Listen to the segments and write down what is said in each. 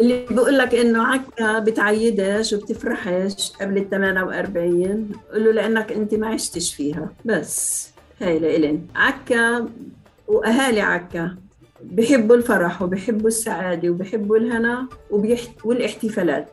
اللي بيقول لك انه عكا بتعيدش وبتفرحش قبل ال 48، قل له لانك انت ما عشتش فيها. بس هاي لإلين عكا. واهالي عكا بحبوا الفرح وبحبوا السعادة وبحبوا الهنا والاحتفالات.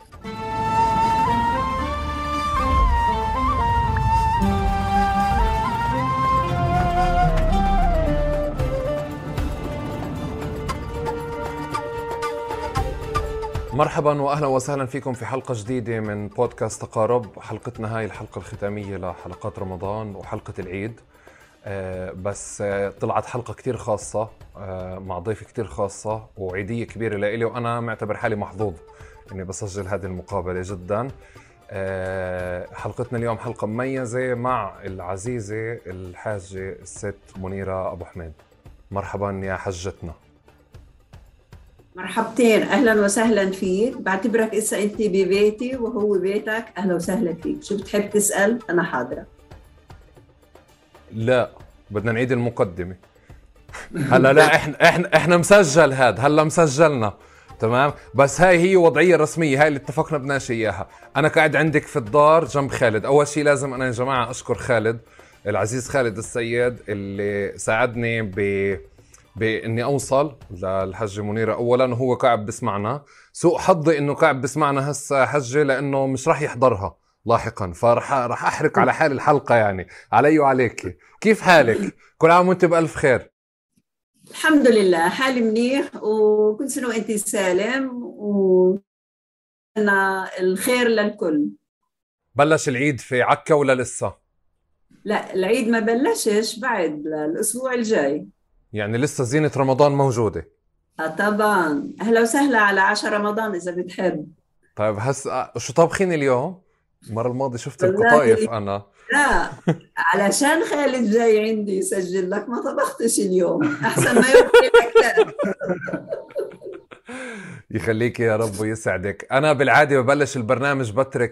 مرحبا واهلا وسهلا فيكم في حلقة جديدة من بودكاست تقارب. حلقتنا هاي الحلقة الختامية لحلقات رمضان وحلقة العيد. بس طلعت حلقة كتير خاصة مع ضيف كتير خاصة وعيدية كبيرة لإلي، وأنا معتبر حالي محظوظ إني بسجل هذه المقابلة جدا. حلقتنا اليوم حلقة مميزة مع العزيزة الحاجة الست منيرة أبو حميد. مرحبا يا حجتنا. مرحبتين، أهلا وسهلا فيك. بعتبرك إسا أنت ببيتي وهو بيتك. أهلا وسهلا فيك. شو بتحب تسأل؟ أنا حاضرة. لا بدنا نعيد المقدمة. هلا لا احنا مسجل هلا مسجلنا تمام، بس هاي هي وضعية رسمية، هاي اللي اتفقنا بناشي اياها. انا قاعد عندك في الدار جنب خالد. اول شيء لازم انا يا جماعة اشكر خالد العزيز، خالد السيد، اللي ساعدني باني اوصل للحجة منيرة اولا، وهو قاعد بسمعنا. سوء حظي انه قاعد بسمعنا هسه حجة، لانه مش راح يحضرها لاحقا، فراح احرق على حال الحلقة، يعني علي وعليك. كيف حالك؟ كل عام وانت بألف خير. الحمد لله حالي منيح، وكل سنة وأنت سالم، وأنا الخير للكل. بلش العيد في عكا ولا لسه؟ لا، العيد ما بلشش بعد، الأسبوع الجاي. يعني لسه زينة رمضان موجودة؟ طبعا، أهلا وسهلا على 10 رمضان إذا بتحب. طيب شو طابخين اليوم؟ المرة الماضية شفت القطايف والله أنا. لا، علشان خالد جاي عندي يسجل لك ما طبختش اليوم، أحسن ما يقول لك لا. يخليك يا رب ويسعدك. أنا بالعادة ببلش البرنامج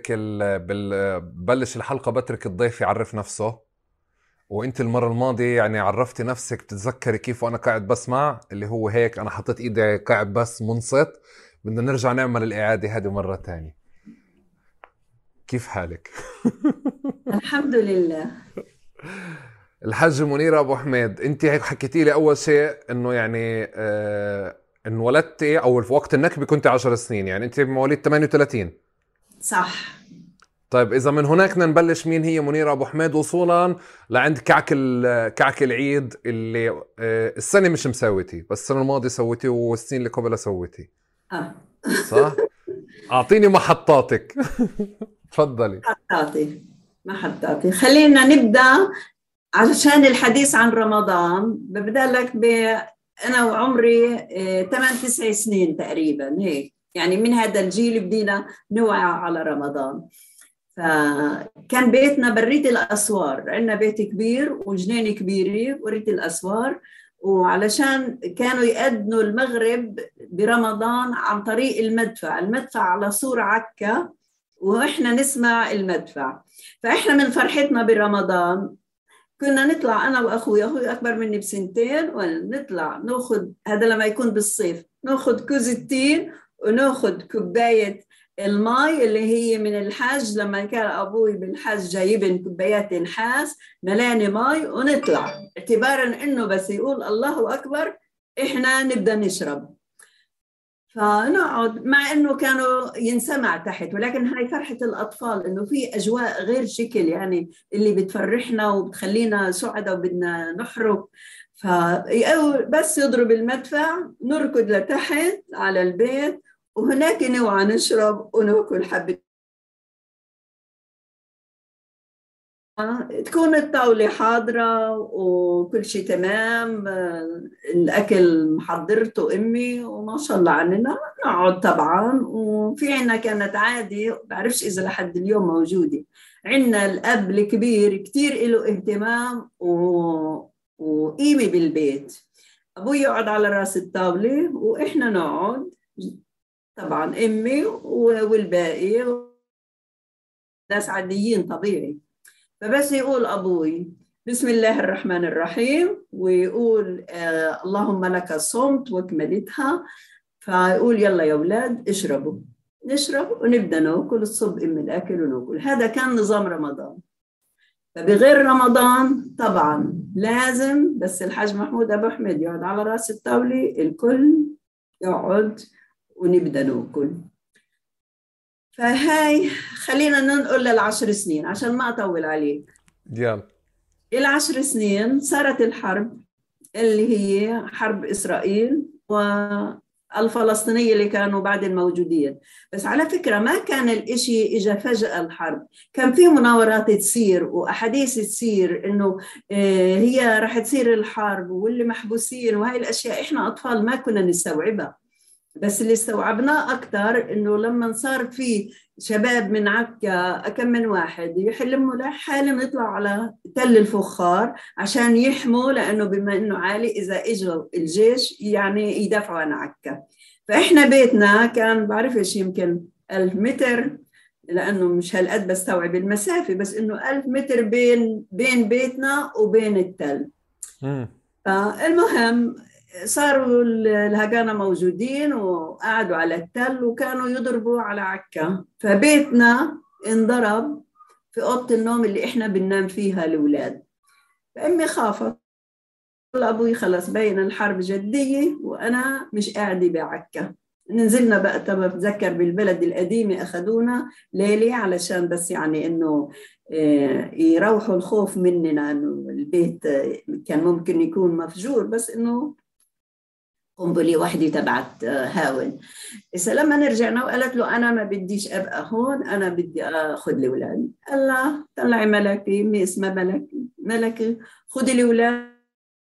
ببلش الحلقة بترك الضيف يعرف نفسه، وانت المرة الماضية يعني عرفتي نفسك، بتتذكري كيف وانا قاعد بسمع اللي هو هيك، انا حطيت ايدي قاعد بس منصت. بدنا نرجع نعمل الإعادة هذه مرة تانية. كيف حالك؟ الحمد لله. الحاجة منيرة أبو حميد، أنت هيك حكيتي لي أول شيء إنه يعني انولدتي أو في وقت النكبة كنت 10 سنين، يعني أنت مواليد 38. صح. طيب إذا من هناك بدنا نبلش، مين هي منيرة أبو حميد وصولا لعند كعك العيد اللي السنة مش مسويتي، بس السنة الماضية سويتي والسنين اللي قبلها سويتي، آه. صح؟ أعطيني محطاتك. تفضلي. محطاتي خلينا نبدأ. علشان الحديث عن رمضان ببدأ لك أنا وعمري 8-9 سنين تقريبا هيك، يعني من هذا الجيل بدينا نوعى على رمضان. فكان بيتنا بريت الأسوار، عندنا بيت كبير وجنين كبيرة وريت الأسوار، وعلشان كانوا يأذنوا المغرب برمضان عن طريق المدفع على سور عكا، وإحنا نسمع المدفع. فإحنا من فرحتنا برمضان كنا نطلع أنا أخوي أكبر مني بسنتين، ونطلع نأخذ، هذا لما يكون بالصيف، نأخذ كوز التين ونأخذ كوباية الماء اللي هي من الحاج، لما كان أبوي بالحاج جايبن كوبايات الحاس ملاني ماء، ونطلع اعتباراً إنه بس يقول الله أكبر إحنا نبدأ نشرب. فنقعد، مع انه كانوا ينسمع تحت، ولكن هاي فرحة الأطفال، انه في أجواء غير شكل يعني اللي بتفرحنا وبتخلينا سعداء وبدنا نحرق. بس يضرب المدفع نركض لتحت على البيت، وهناك نوعى نشرب وناكل حبة. تكون الطاولة حاضرة وكل شيء تمام، الأكل محضرته أمي وما شاء الله عننا. نقعد طبعا، وفي عنا كانت عادة بعرفش إذا لحد اليوم موجودة، عنا الأب الكبير كتير له اهتمام وقيمة بالبيت. أبوي يقعد على رأس الطاولة وإحنا نقعد، طبعا أمي والباقي ناس عاديين طبيعي. فبس يقول أبوي بسم الله الرحمن الرحيم، ويقول اللهم لك صمت وكملتها، فيقول يلا يا أولاد اشربوا، نشرب ونبدأ ناكل، الصب من الأكل وناكل. هذا كان نظام رمضان. فبغير رمضان طبعا لازم بس الحاج محمود أبو أحمد يقعد على رأس الطاولة، الكل يقعد ونبدأ ناكل. فهاي خلينا ننقل لل10 سنين عشان ما أطول عليك. يلا. ال10 سنين صارت الحرب اللي هي حرب إسرائيل والفلسطينية اللي كانوا بعد الموجودين. بس على فكرة ما كان الإشي إجا فجأة الحرب، كان في مناورات تصير وأحاديث تصير إنه هي رح تصير الحرب واللي محبوسين، وهي الأشياء إحنا أطفال ما كنا نستوعبها. بس اللي استوعبناه أكتر إنه لما صار في شباب من عكا كم من واحد يحلموا لحالهم يطلعوا على تل الفخار عشان يحموا، لأنه بما إنه عالي إذا إجوا الجيش يعني يدافعوا عن عكا. فإحنا بيتنا كان بعرفش يمكن 1000 متر، لأنه مش هالقد بستوعب المسافة، بس إنه 1000 متر بين بيتنا وبين التل. المهم صاروا الهجانة موجودين وقعدوا على التل وكانوا يضربوا على عكا. فبيتنا انضرب في أوضة النوم اللي إحنا بننام فيها الأولاد. فأمي خافت، أبوي خلص بين الحرب جدية وأنا مش قاعدة بعكا. نزلنا بقى بتذكر بالبلد القديمة أخذونا ليلي علشان بس يعني إنه يروحوا الخوف مننا، إنه البيت كان ممكن يكون مفجور، بس إنه قنبلة واحدة تبعت هاون. إذا لما نرجعنا وقالت له أنا ما بديش أبقى هون، أنا بدي أخذ الأولاد. الله طلعي ملكي، مي اسمها ملكي خذي الأولاد.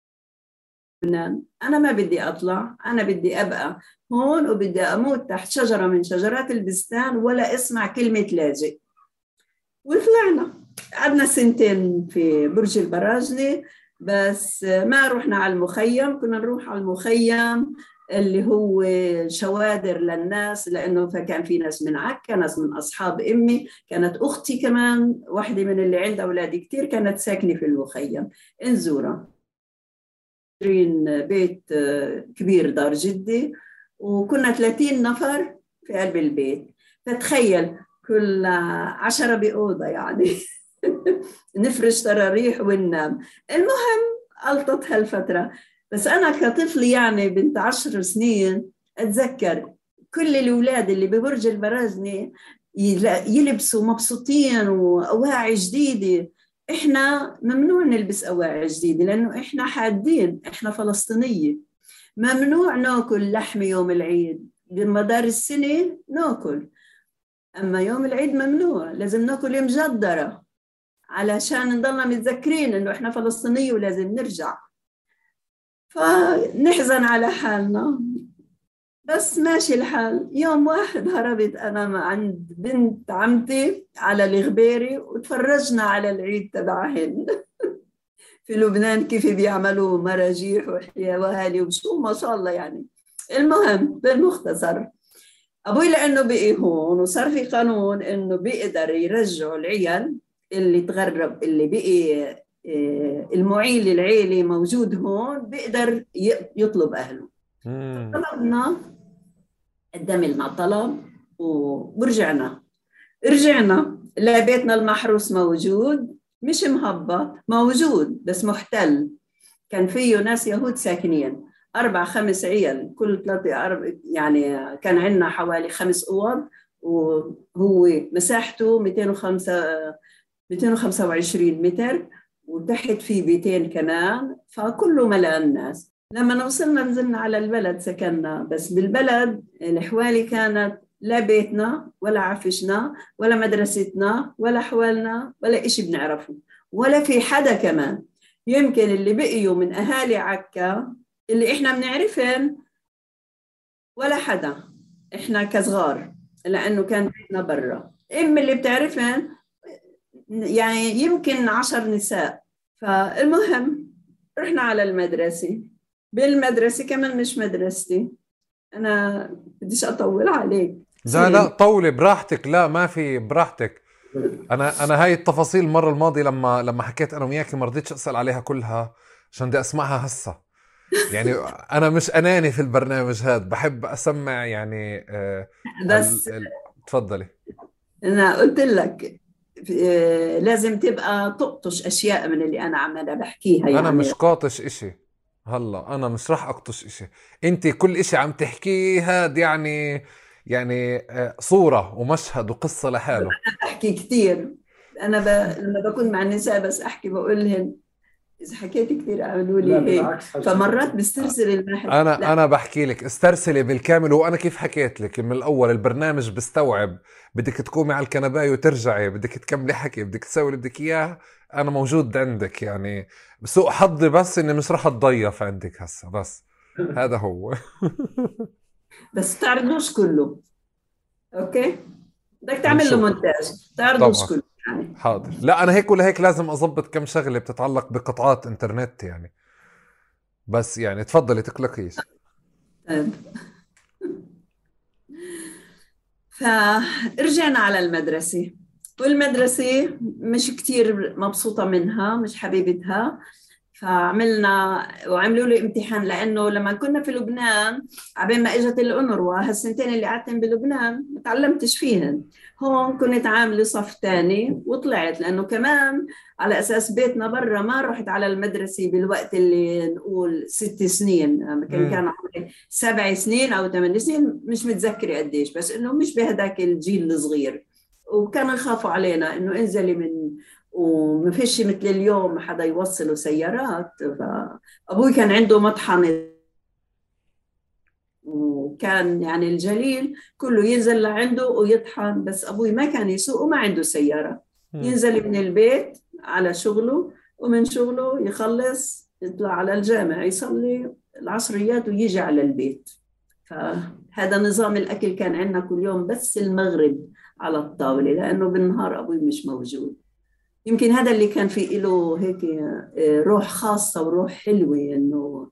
أنا ما بدي أطلع، أنا بدي أبقى هون وبدي أموت تحت شجرة من شجرات البستان ولا أسمع كلمة لاجئ. وطلعنا قعدنا 2 سنين في برج البراجنة، بس ما رحنا على المخيم. كنا نروح على المخيم اللي هو شوادر للناس، لأنه فكان في ناس من عكا، ناس من أصحاب أمي، كانت أختي كمان واحدة من اللي عندها أولاد كتير كانت ساكنة في المخيم نزورها. بيت كبير دار جدي، وكنا 30 نفر في قلب البيت. فتخيل كل 10 بأوضة يعني نفرش تراريح وننام. المهم قلطت هالفترة. بس أنا كطفل يعني بنت 10 سنين أتذكر كل الأولاد اللي ببرج البرازنة يلبسوا مبسوطين وأواعي جديدة. إحنا ممنوع نلبس أواعي جديدة لأنه إحنا حادين، إحنا فلسطينية، ممنوع ناكل لحم يوم العيد. بمدار السنة ناكل، أما يوم العيد ممنوع، لازم ناكل مجدرة علشان نضلنا متذكرين إنه إحنا فلسطينية ولازم نرجع. فنحزن على حالنا، بس ماشي الحال. يوم واحد هربت أنا عند بنت عمتي على الغبيري وتفرجنا على العيد تبعهن في لبنان كيف بيعملوا مراجيح وحيواني وشو ما شاء الله يعني. المهم بالمختصر أبوي لأنه بقي هون وصار في قانون إنه بيقدر يرجعوا العيال اللي تغرب، اللي بقي المعيل العيلي موجود هون بيقدر يطلب أهله. طلبنا، قدم لنا طلب ورجعنا لبيتنا المحروس موجود، مش مهبط، موجود بس محتل. كان فيه ناس يهود ساكنين 4-5 عيال، كل 3 يعني كان عندنا حوالي 5 أوض، وهو مساحته 225 متر، وتحت فيه بيتين كمان، فكله ملان ناس. لما وصلنا نزلنا على البلد سكننا. بس بالبلد الحوالي كانت لا بيتنا ولا عفشنا ولا مدرستنا ولا حوالنا ولا إشي بنعرفه، ولا في حدا كمان. يمكن اللي بقيوا من أهالي عكا اللي إحنا بنعرفهم ولا حدا، إحنا كصغار، لأنه كان بيتنا برا. اللي بتعرفهم يعني يمكن 10 نساء. فالمهم رحنا على المدرسة. بالمدرسة كمان مش مدرستي أنا، بديش أطول عليك. لا طولي براحتك، لا ما في، براحتك. انا هاي التفاصيل المره الماضيه لما حكيت انا وياك ما رضيتش اسال عليها كلها عشان بدي اسمعها هسه. يعني انا مش اناني في البرنامج هذا، بحب اسمع يعني بس تفضلي. أنا قلت لك لازم تبقى تقطش أشياء من اللي أنا عمالة بحكيها انا يعني. مش قاطش اشي، هلا انا مش راح اقطش اشي. انت كل اشي عم تحكيه هاد يعني، يعني صورة ومشهد وقصة لحاله. بحكي كثير. أنا لما بكون مع النساء بس أحكي بقول لهم إذا حكيت كثير اعملوا لي هيك، فمرات بسترسل البحث. انا لا بحكي لك استرسلي بالكامل، وانا كيف حكيت لك من الاول البرنامج بستوعب. بدك تقومي على الكنباية وترجعي، بدك تكملي حكي، بدك تسوي اللي بدك اياه، انا موجود عندك يعني. بسوء حظي بس اني مش راح اتضيف عندك هسه بس، هذا هو. بس تعرضوش كله، اوكي؟ بدك تعمل له بنشوف. مونتاج، تعرضوش طبعا. كله يعني. حاضر. لا انا هيك ولا هيك لازم اضبط كم شغله بتتعلق بقطعات انترنت يعني. بس يعني تفضلي تقلقيش. طيب. فرجعنا على المدرسة، والمدرسة مش كتير مبسوطة منها، مش حبيبتها. فعملنا وعملوا لي امتحان، لانه لما كنا في لبنان عبين ما اجت الأونروا هالسنتين اللي قعدتن بلبنان ما تعلمتش فيهن. هون كنت عامله صف تاني وطلعت، لانه كمان على اساس بيتنا برا ما رحت على المدرسه بالوقت اللي نقول 6 سنين. كان امم. عمري 7 سنين او 8 سنين، مش متذكره قديش، بس انه مش بهداك الجيل الصغير. وكانوا يخافوا علينا انه انزلي من، وما فيش مثل اليوم حدا يوصلوا سيارات. فأبوي كان عنده مطحنة، وكان يعني الجليل كله ينزل لعنده ويطحن، بس أبوي ما كان يسوق وما عنده سيارة. امم. ينزل من البيت على شغله، ومن شغله يخلص يطلع على الجامع يصلي العصريات ويجي على البيت. فهذا نظام الأكل كان عندنا كل يوم، بس المغرب على الطاولة، لأنه بالنهار أبوي مش موجود. يمكن هذا اللي كان في له هيك روح خاصة وروح حلوة، إنه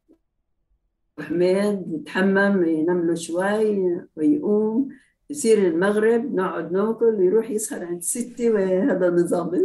حميد يتحمم ينام له شوي ويقوم يصير المغرب نقعد ناكل ويروح يسهر عند ستي، وهذا النظام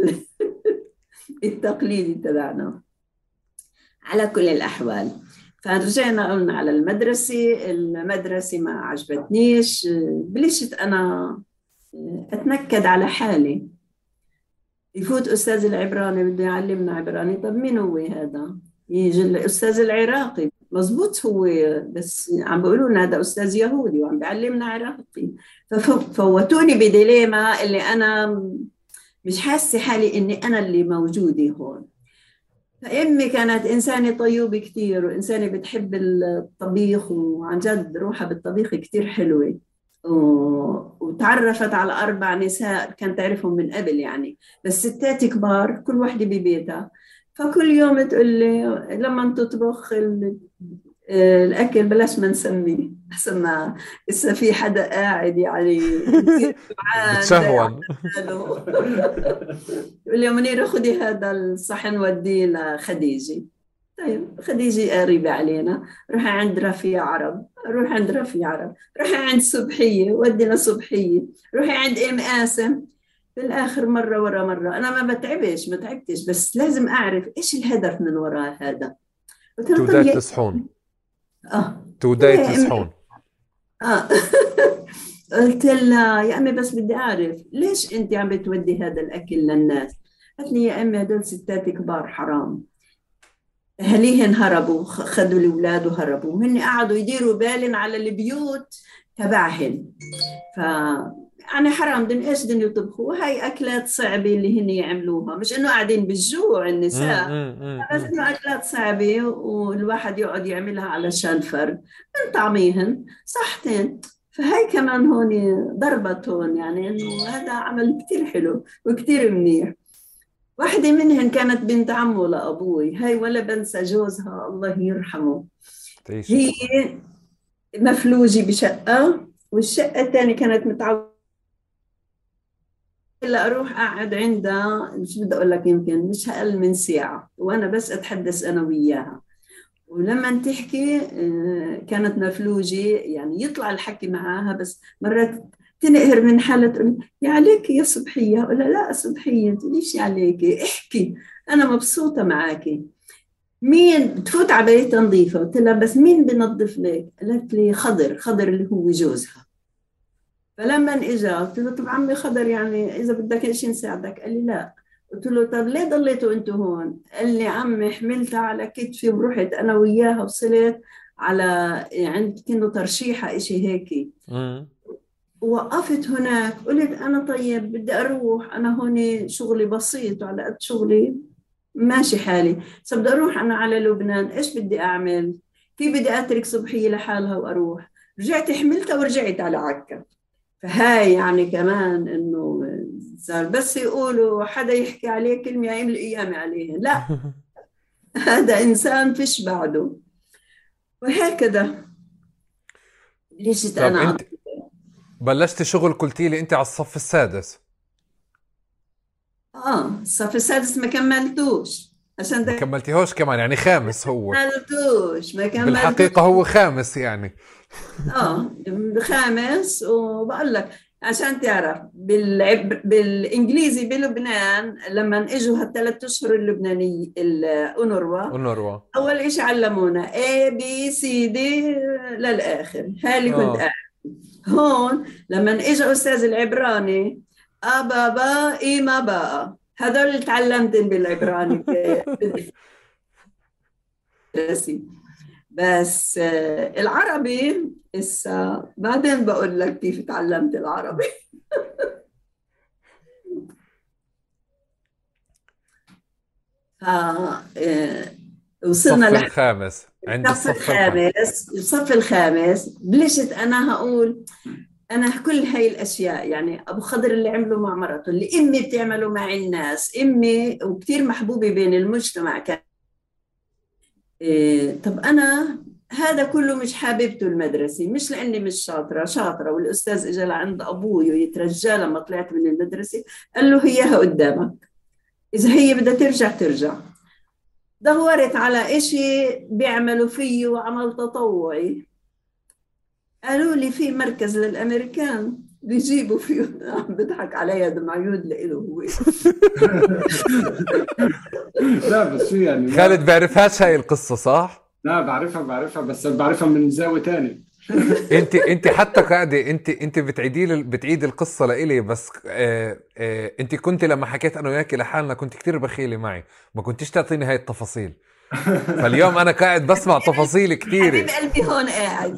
التقليدي تبعنا. على كل الأحوال، فرجعنا قلنا على المدرسة. المدرسة ما عجبتنيش، بلشت أنا أتنكد على حالي. يفوت أستاذ العبراني بده يعلمنا عبراني، طب مين هو هذا؟ يجي الأستاذ العراقي، مزبوط هو، بس عم بيقولوا لنا هذا أستاذ يهودي وعم بيعلمنا عراقي. ففوتوني بديليما اللي أنا مش حاسة حالي إني أنا اللي موجودة هون. فأمي كانت إنسانة طيوبة كتير، وإنسانة بتحب الطبيخ، وعن جد روحها بالطبيخ كتير حلوة. وتعرفت على 4 نساء كانت تعرفهم من قبل يعني، بس ستات كبار كل واحدة ببيتها. فكل يوم تقول لي لما تطبخ الأكل بلاش ما نسميه، أحسن ما لسه في حدا قاعد يعني كثير جوعان ضايع بتشهون. حاله. يقول لي منيرة خدي هذا الصحن وديه لخديجة. طيب خديجة قريبة علينا، روحي عند رفيع عرب، روحي عند رفيع عرب، روحي عند صبحية ودي لصبحية، روحي عند ام قاسم. في الآخر مرة ورا مرة أنا ما بتعبش، ما تعبتش، بس لازم أعرف إيش الهدف من وراء هذا. قلت لها طب توداي يا تصحون. قلت لها توداي يا أمي تصحون. آه. قلت لها يا أمي بس بدي أعرف ليش أنت عم بتودي هذا الأكل للناس؟ قالت لي يا أمي هدول ستات كبار حرام، أهليهن هربوا، خدوا الأولاد وهربوا، وهن قعدوا يديروا بالن على البيوت تبعهن. ف يعني حرام، دن ايش دن يطبخوا؟ هاي اكلات صعبه اللي هن يعملوها، مش انه قاعدين بالجوع النساء، بس انه اكلات صعبه والواحد يقعد يعملها علشان فرد من طعميهن صحتين. فهي كمان هون ضربت هون، يعني انه هذا عمل كتير حلو وكتير منيح. واحدة منهن كانت بنت عمه لأبوي، هاي ولا بنسى جوزها الله يرحمه. تعيشي. هي مفلوجة بشقة، والشقة الثانية كانت متعودة إلا أروح أقعد عندها، مش بدي أقول لك يمكن مش أقل من ساعة، وأنا بس أتحدث أنا وياها. ولما تحكي كانت مفلوجة، يعني يطلع الحكي معاها، بس مرات تنقهر من حالة تقول يا عليك يا صبحية، ولا لا صبحية تقوليش يا عليك احكي، أنا مبسوطة معاكي. مين تفوت على بيتها نظيفة؟ قلت لها بس مين بنظف لك؟ قالت لي خضر اللي هو جوزها. فلما اجى قلت له طب عمي خضر يعني اذا بدك شيء نساعدك. قال لي لا. قلت له طب ليه ضليتوا انتوا هون؟ قال لي عمي حملتها على كتفي ورحت انا وياها وصلت على عند كأنه ترشيحة اشي هيك. وقفت هناك قلت انا طيب بدي اروح، انا هون شغلي بسيط وعلى قد شغلي ماشي حالي، بس بدي اروح انا على لبنان ايش بدي اعمل؟ في بدي اترك صبحية لحالها واروح. رجعت حملتها ورجعت على عكا. فهاي يعني كمان انه صار بس يقولوا حدا يحكي عليه كلمة يملي ايامي عليه، لا هذا انسان فيش بعده. وهكذا ليش طب انا انت بلشتي شغل قلتي لي انت على الصف السادس؟ الصف السادس ما كملتوش عشان ما ده. كملتيهوش كمان يعني خامس هو؟ ما كملتوش. بالحقيقة هو خامس يعني. اه خامس. وبقول لك عشان تعرف بالانجليزي بلبنان لما اجوا هالثلاث اشهر اللبناني الاونروا، ونروى. اول شيء علمونا A B C D للاخر. هاي اللي كنت اه. قاعد. هون لما اجى استاذ العبراني بابا ما بقى هذول اللي تعلمتن بالعبراني بالمدرسة. بس العربي لسه بعدين بقول لك كيف تعلمت العربي. ف وصلنا الصف لحد الخامس، عند الصف الصف الخامس. الخامس. الصف الخامس بلشت انا هقول انا كل هاي الاشياء يعني ابو خضر اللي عمله مع مرته، اللي امي بتعمله مع الناس، امي وكثير محبوبه بين المجتمع كان. طب أنا هذا كله مش حاببته المدرسة، مش لأني مش شاطرة. والأستاذ إجا لعند أبوي ويترجى لما طلعت من المدرسة قال له هيها قدامك، إذا هي بدها ترجع ترجع. دورت على إشي بيعملوا فيه عمل تطوعي، قالوا لي في مركز للأمريكان بيجيبوا فيه عم بضحك عليا دمعيود لإله هو. لا بس شو يعني خالد بيعرفهاش هاي القصة صح؟ لا بعرفها بس بعرفها من زاوية تاني. انت حتى قاعده انت بتعيدي القصه لإلي بس انت كنت لما حكيت انا وياكي لحالنا كنت كتير بخيله معي، ما كنتش تعطيني هاي التفاصيل. فاليوم انا قاعد بسمع تفاصيل حبيب كتيره. قلبي هون قاعد.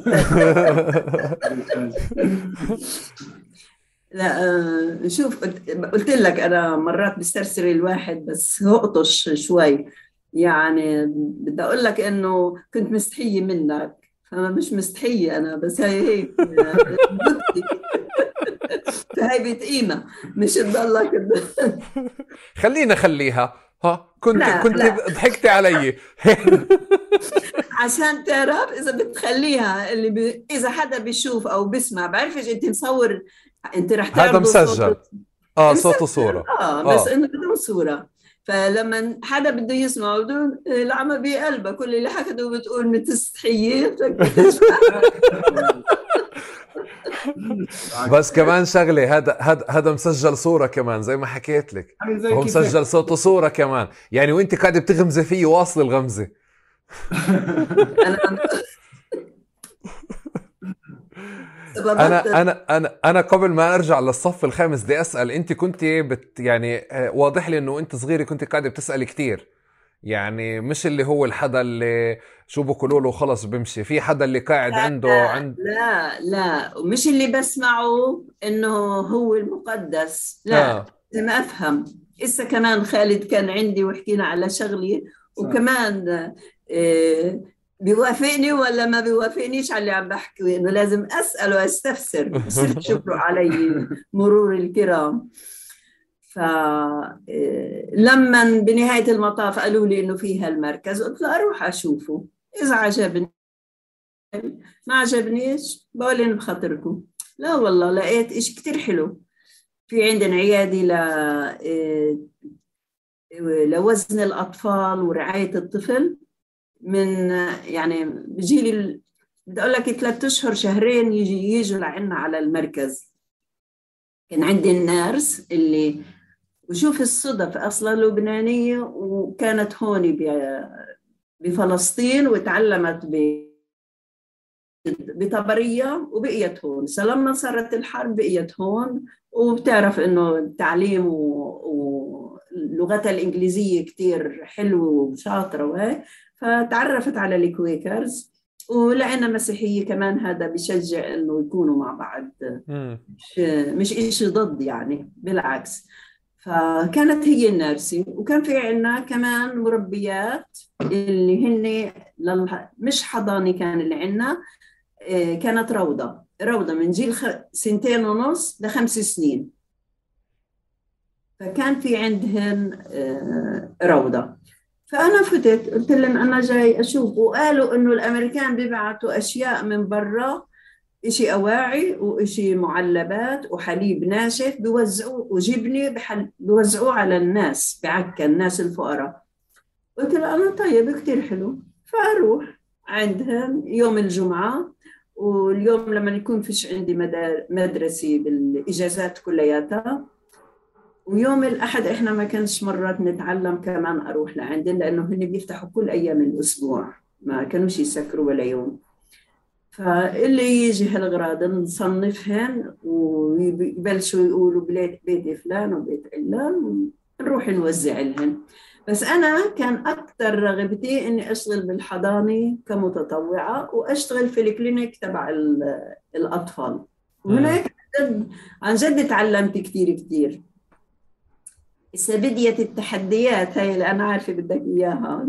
لا شوف قلت لك أنا مرات بسترسل الواحد بس هقطش شوي. يعني بدي أقول لك إنه كنت مستحية منك، فأنا مش مستحية أنا، بس هي هيك نكتة. فهي بتقيمة مش تضلك. خليها ها كنت لا ضحكتي علي. عشان تعرف إذا بتخليها إذا حدا بيشوف أو بيسمع بعرفش أنت مصور، أنت رح هذا تعرضوا صوت مسجل. صوت مسجل. وصوره. بس اه. انه بدون صورة. فلما حدا بده يسمع بدون العمى بقلبه كل اللي حكته بتقول متستحية. بس كمان شغله، هذا مسجل صوره كمان زي ما حكيت لك، عامل زي فهو كيف هيك. مسجل صوت وصوره كمان، يعني وانت قاعده بتغمزي فيه واصل الغمزه. انا انا ضبطت. انا انا انا قبل ما ارجع للصف الخامس بدي اسال، انت كنت يعني واضح لي انه انت صغيره كنت قاعده بتسالي كتير، يعني مش اللي هو الحدا اللي شو بقولوا له خلص بمشي، في حدا اللي قاعد عنده لا ومش اللي بسمعه انه هو المقدس، لا اه لازم افهم. إسا كمان خالد كان عندي وحكينا على شغلي، صح. وكمان بيوافقني ولا ما بيوافقنيش على اللي عم بحكي، انه لازم اسال واستفسر، بصير يشبروا علي مرور الكرام. فلما بنهاية المطاف قالوا لي إنه فيها المركز قلت له أروح أشوفه، إذا عجبني ما عجبنيش بقول بخاطركم. لا والله لقيت إشي كتير حلو. في عندنا عيادة لوزن الأطفال ورعاية الطفل. من يعني بيجي لي بدي أقول لك 3 أشهر شهرين يجوا لعنا على المركز. كان عندي النيرس اللي وشوف الصدف أصلا لبنانية وكانت هون بفلسطين وتعلمت بطبرية وبقيت هون. فلما صارت الحرب بقيت هون، وبتعرف إنه التعليم ولغتها الإنجليزية كتير حلوة وشاطرة وهيك، فتعرفت على الكويكرز. ولقينا مسيحية كمان، هذا بيشجع إنه يكونوا مع بعض، مش إشي ضد يعني، بالعكس. فكانت هي النارسي، وكان في عنا كمان مربيات اللي هن مش حضانة، كان اللي عنا كانت روضة من جيل 2.5 ل5 سنين. فكان في عندهن روضة. فأنا فتت قلت لهم أنا جاي أشوف، وقالوا إنه الأمريكان بيبعتوا أشياء من برا، إشي أواعي وإشي معلبات وحليب ناشف بيوزعوه، وجبني بيوزعوه على الناس بعكا، الناس الفقراء. قلت له أنا طيب كتير حلو. فأروح عندهم يوم الجمعة، واليوم لما يكون فيش عندي مدرسة بالإجازات كلياتها، ويوم الأحد إحنا ما كانش مرات نتعلم كمان أروح لعندهم، لأنه هن بيفتحوا كل أيام الأسبوع، ما كانوش يسكروا ولا يوم. فاللي يجي هالغراض نصنفهن ويبلشوا يقولوا بيت فلان وبيت علان، نروح نوزع لهن. بس أنا كان أكثر رغبتي إني أشتغل بالحضانة كمتطوعة، وأشتغل في الكلينيك تبع الأطفال. وهناك عن جد تعلمت كتير كتير. إذا بديت التحديات هاي اللي أنا عارفة بدك إياها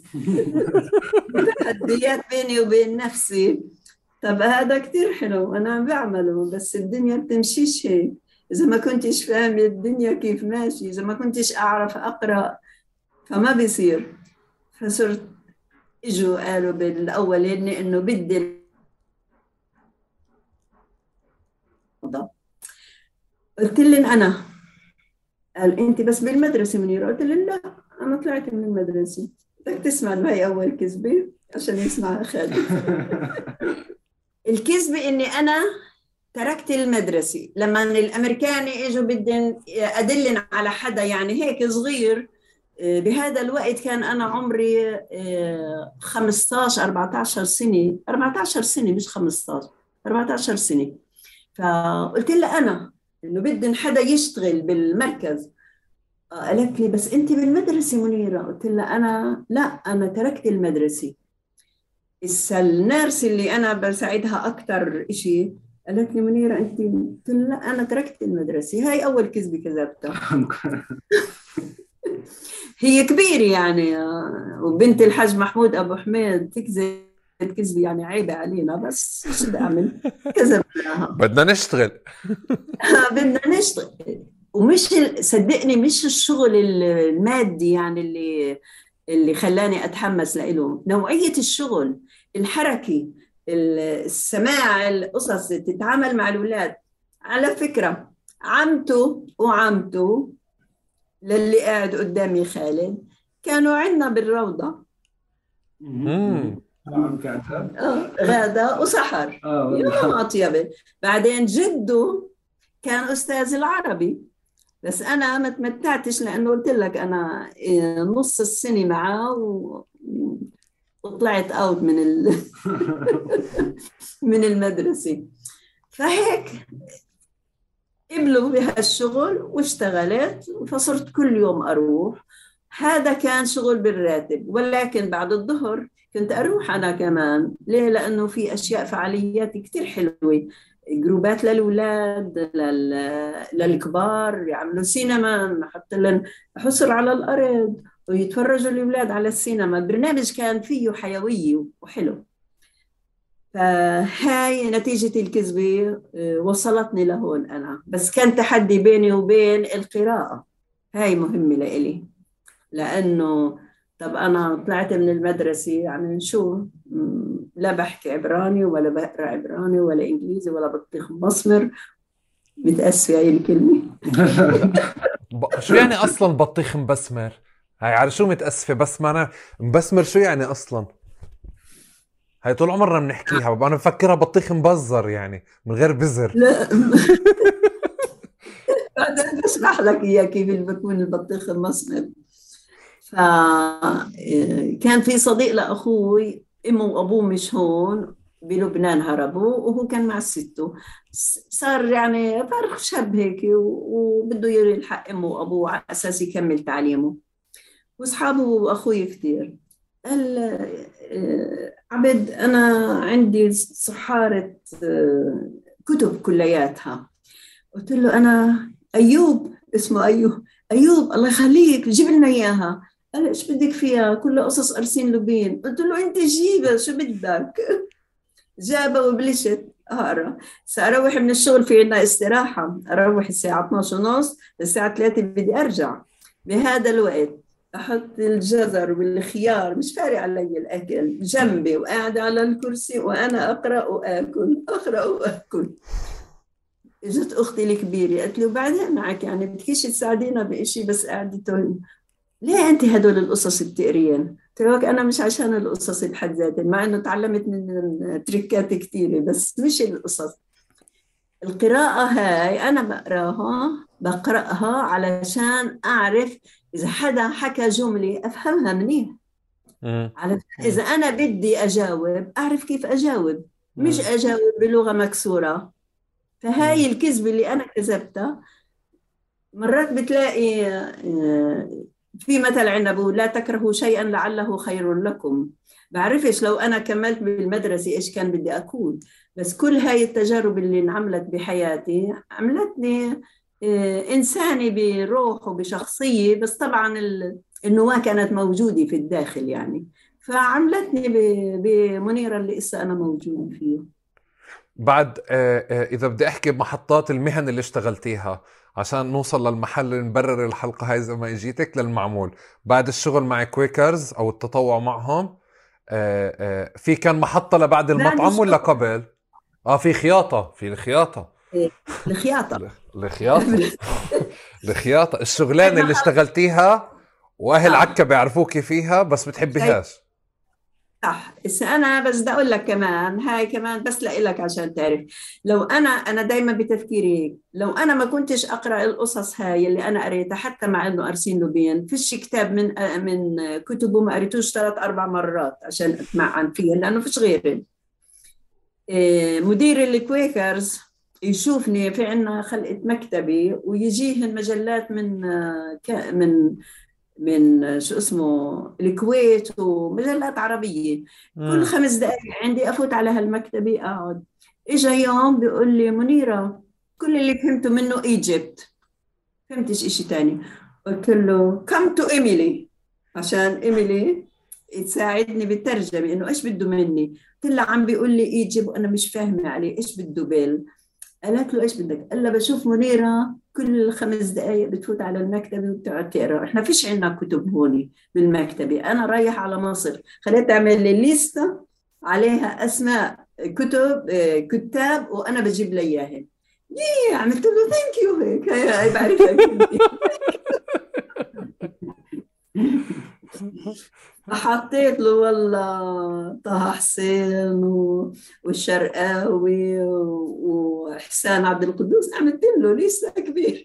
تحديات بيني وبين نفسي. طب هذا كتير حلو، أنا بعمله، بس الدنيا بتمشيش هيك. إذا ما كنتش فاهم الدنيا كيف ماشي، إذا ما كنتش أعرف أقرأ، فما بيصير. فصرت إجوا قالوا بالأولين إنه بدي. قلت لهم أنا، قال أنت بس بالمدرسة منيرة؟ قلت لهم لا، أنا طلعت من المدرسة. بدك تسمع هاي أول كذبة عشان يسمعها خالد. الكذبة إني أنا تركت المدرسة لما الأمريكان إجوا بدهم أدلن على حدا يعني هيك صغير. بهذا الوقت كان أنا عمري 15 14 سنة، 14 سنة مش 15، 14 سنة. فقلت لها أنا إنه بدن حدا يشتغل بالمركز. قالت لي بس أنت بالمدرسة منيرة. قلت لها أنا لا، أنا تركت المدرسة. النيرس اللي أنا بساعدها أكتر إشي قالت لي منيرة أنت. قلت لها لا، أنا تركت المدرسة. هاي أول كذبة كذبتها. هي كبيرة يعني، وبنت الحاج محمود أبو حميد تكذب كذبة يعني عيبة علينا، بس شو بدي أعمل، كذبناها. بدنا نشتغل. بدنا نشتغل. ومش صدقني مش الشغل المادي يعني اللي خلاني أتحمس له، نوعية الشغل، الحركي، السماع، القصص، تتعامل مع الأولاد. على فكرة عمته للي قاعد قدامي خالد كانوا عندنا بالروضة غادة وسحر. يوم أطيبة. بعدين جده كان أستاذ العربي، بس أنا ما تمتعتش لأنه قلت لك أنا نص السنة معاه وطلعت أوت من المدرسة. فهيك قبلوا بهالشغل واشتغلت، فصرت كل يوم أروح. هذا كان شغل بالراتب، ولكن بعد الظهر كنت أروح أنا كمان. ليه؟ لأنه في أشياء، فعاليات كتير حلوة، جروبات للأولاد للكبار، يعملوا سينما، نحط لهم حصر على الأرض ويتفرجوا الأولاد على السينما. البرنامج كان فيه حيوية وحلو. فهاي نتيجة الكذبة وصلتني لهون أنا. بس كان تحدي بيني وبين القراءة، هاي مهمة لإلي، لأنه طب أنا طلعت من المدرسة يعني شو، لا بحكي عبراني ولا بقرأ عبراني ولا إنجليزي ولا بطيخ مسمر. متأسفة هاي الكلمة. شو يعني أصلا بطيخ مبسمر؟ هاي على شو متأسفة؟ بس ما أنا مبسمر شو يعني أصلا؟ هاي طول عمرنا بنحكيها، أنا بفكرها بطيخ مبزر يعني من غير بزر. لا بعدين بشرح لك إياه كيف بكون البطيخ المسمر. فكان في صديق لأخوي أمه وأبوه مش هون بلبنان، هربوا وهو كان مع سته. صار يعني فرق شاب هيك وبده يلحق أمه وأبوه على أساس يكمل تعليمه. وأصحابه وأخوي كثير. قال عبد أنا عندي صحارة كتب كلياتها. قلت له أنا أيوب، اسمه أيوب، أيوب الله يخليك جيب لنا إياها. قال إيش بدك فيها؟ كلها قصص أرسين لوبين. قلت له أنت جيبها شو بدك. جابها وبلشت أقرأ. سأروح من الشغل، في عنا استراحة، أروح الساعة 12 ونص، الساعة 3 بدي أرجع. بهذا الوقت أحط الجزر والخيار، مش فارق علي الأكل، جنبي وقاعدة على الكرسي وأنا أقرأ وآكل، أقرأ وآكل. اجت اختي الكبيره قالت له بعدين معك، يعني بدكيش تساعدينا بشيء بس قاعدة ليه انت هدول القصص بتقرين؟ قلت له انا مش عشان القصص بحد ذاتها، مع انه تعلمت من تريكات كثيره بس مش القصص. القراءه هاي انا بقراها علشان اعرف اذا حدا حكى جمله افهمها منيح، علشان اذا انا بدي اجاوب اعرف كيف اجاوب، مش اجاوب بلغه مكسوره. فهاي الكذبة اللي أنا كذبتها مرات بتلاقي في مثل عندنا بقول لا تكرهوا شيئا لعله خير لكم. بعرفش لو أنا كملت بالمدرسة إيش كان بدي أكون، بس كل هاي التجارب اللي انعملت بحياتي عملتني إنساني بروح وبشخصية، بس طبعا النواة كانت موجودة في الداخل يعني، فعملتني بمنيرة اللي إسا أنا موجودة فيه. بعد إذا بدي أحكي بمحطات المهن اللي اشتغلتيها عشان نوصل للمحل اللي نبرر الحلقة هاي زي ما اجيتك للمعمول، بعد الشغل مع كويكرز أو التطوع معهم، في كان محطة لبعد بعد المطعم ولا الشغل قبل؟ في خياطة، في الخياطة. الخياطة. الخياطة. الخياطة الشغلانة اللي اشتغلتيها وأهل آه عكا بيعرفوكي فيها بس بتحبيهاش. صح. بس انا بس بدي اقول لك كمان، هاي كمان بس لك عشان تعرف، لو انا دايما بتفكيري هيك، لو انا ما كنتش اقرا القصص هاي اللي انا قريتها، حتى مع انه ارسين لوبين فيش كتاب من كتبه ما قريتوش 3 4 مرات عشان اتمعن فيه لانه فيش غيري. مدير الكويكرز يشوفني في عنا خلقة مكتبي ويجيه المجلات من شو اسمه الكويت ومجلات عربية. كل 5 دقائق عندي أفوت على هالمكتبة أقعد. إجا يوم بيقول لي منيرة كل اللي فهمته منه إيجيبت، فهمتش إشي تاني. قلت له come to إيميلي، عشان إيميلي تساعدني بالترجمة إنه إيش بده مني. قلت له عم بيقول لي إيجيبت وأنا مش فاهمة عليه إيش بده بيل. قالت له ايش بدك؟ قال لها بشوف منيرة كل 5 دقائق بتفوت على المكتبة وبتقعد تقرا، احنا فيش عندنا كتب هون بالمكتبة، انا رايح على مصر خليت اعمل لي ليستة عليها اسماء كتاب وانا بجيب لي اياهم. عملت له ثانك يو هيك، هي بعرفها. حطيت له والله طه حسين والشرقاوي وحسان عبد القدوس، عملت له لسه كبير.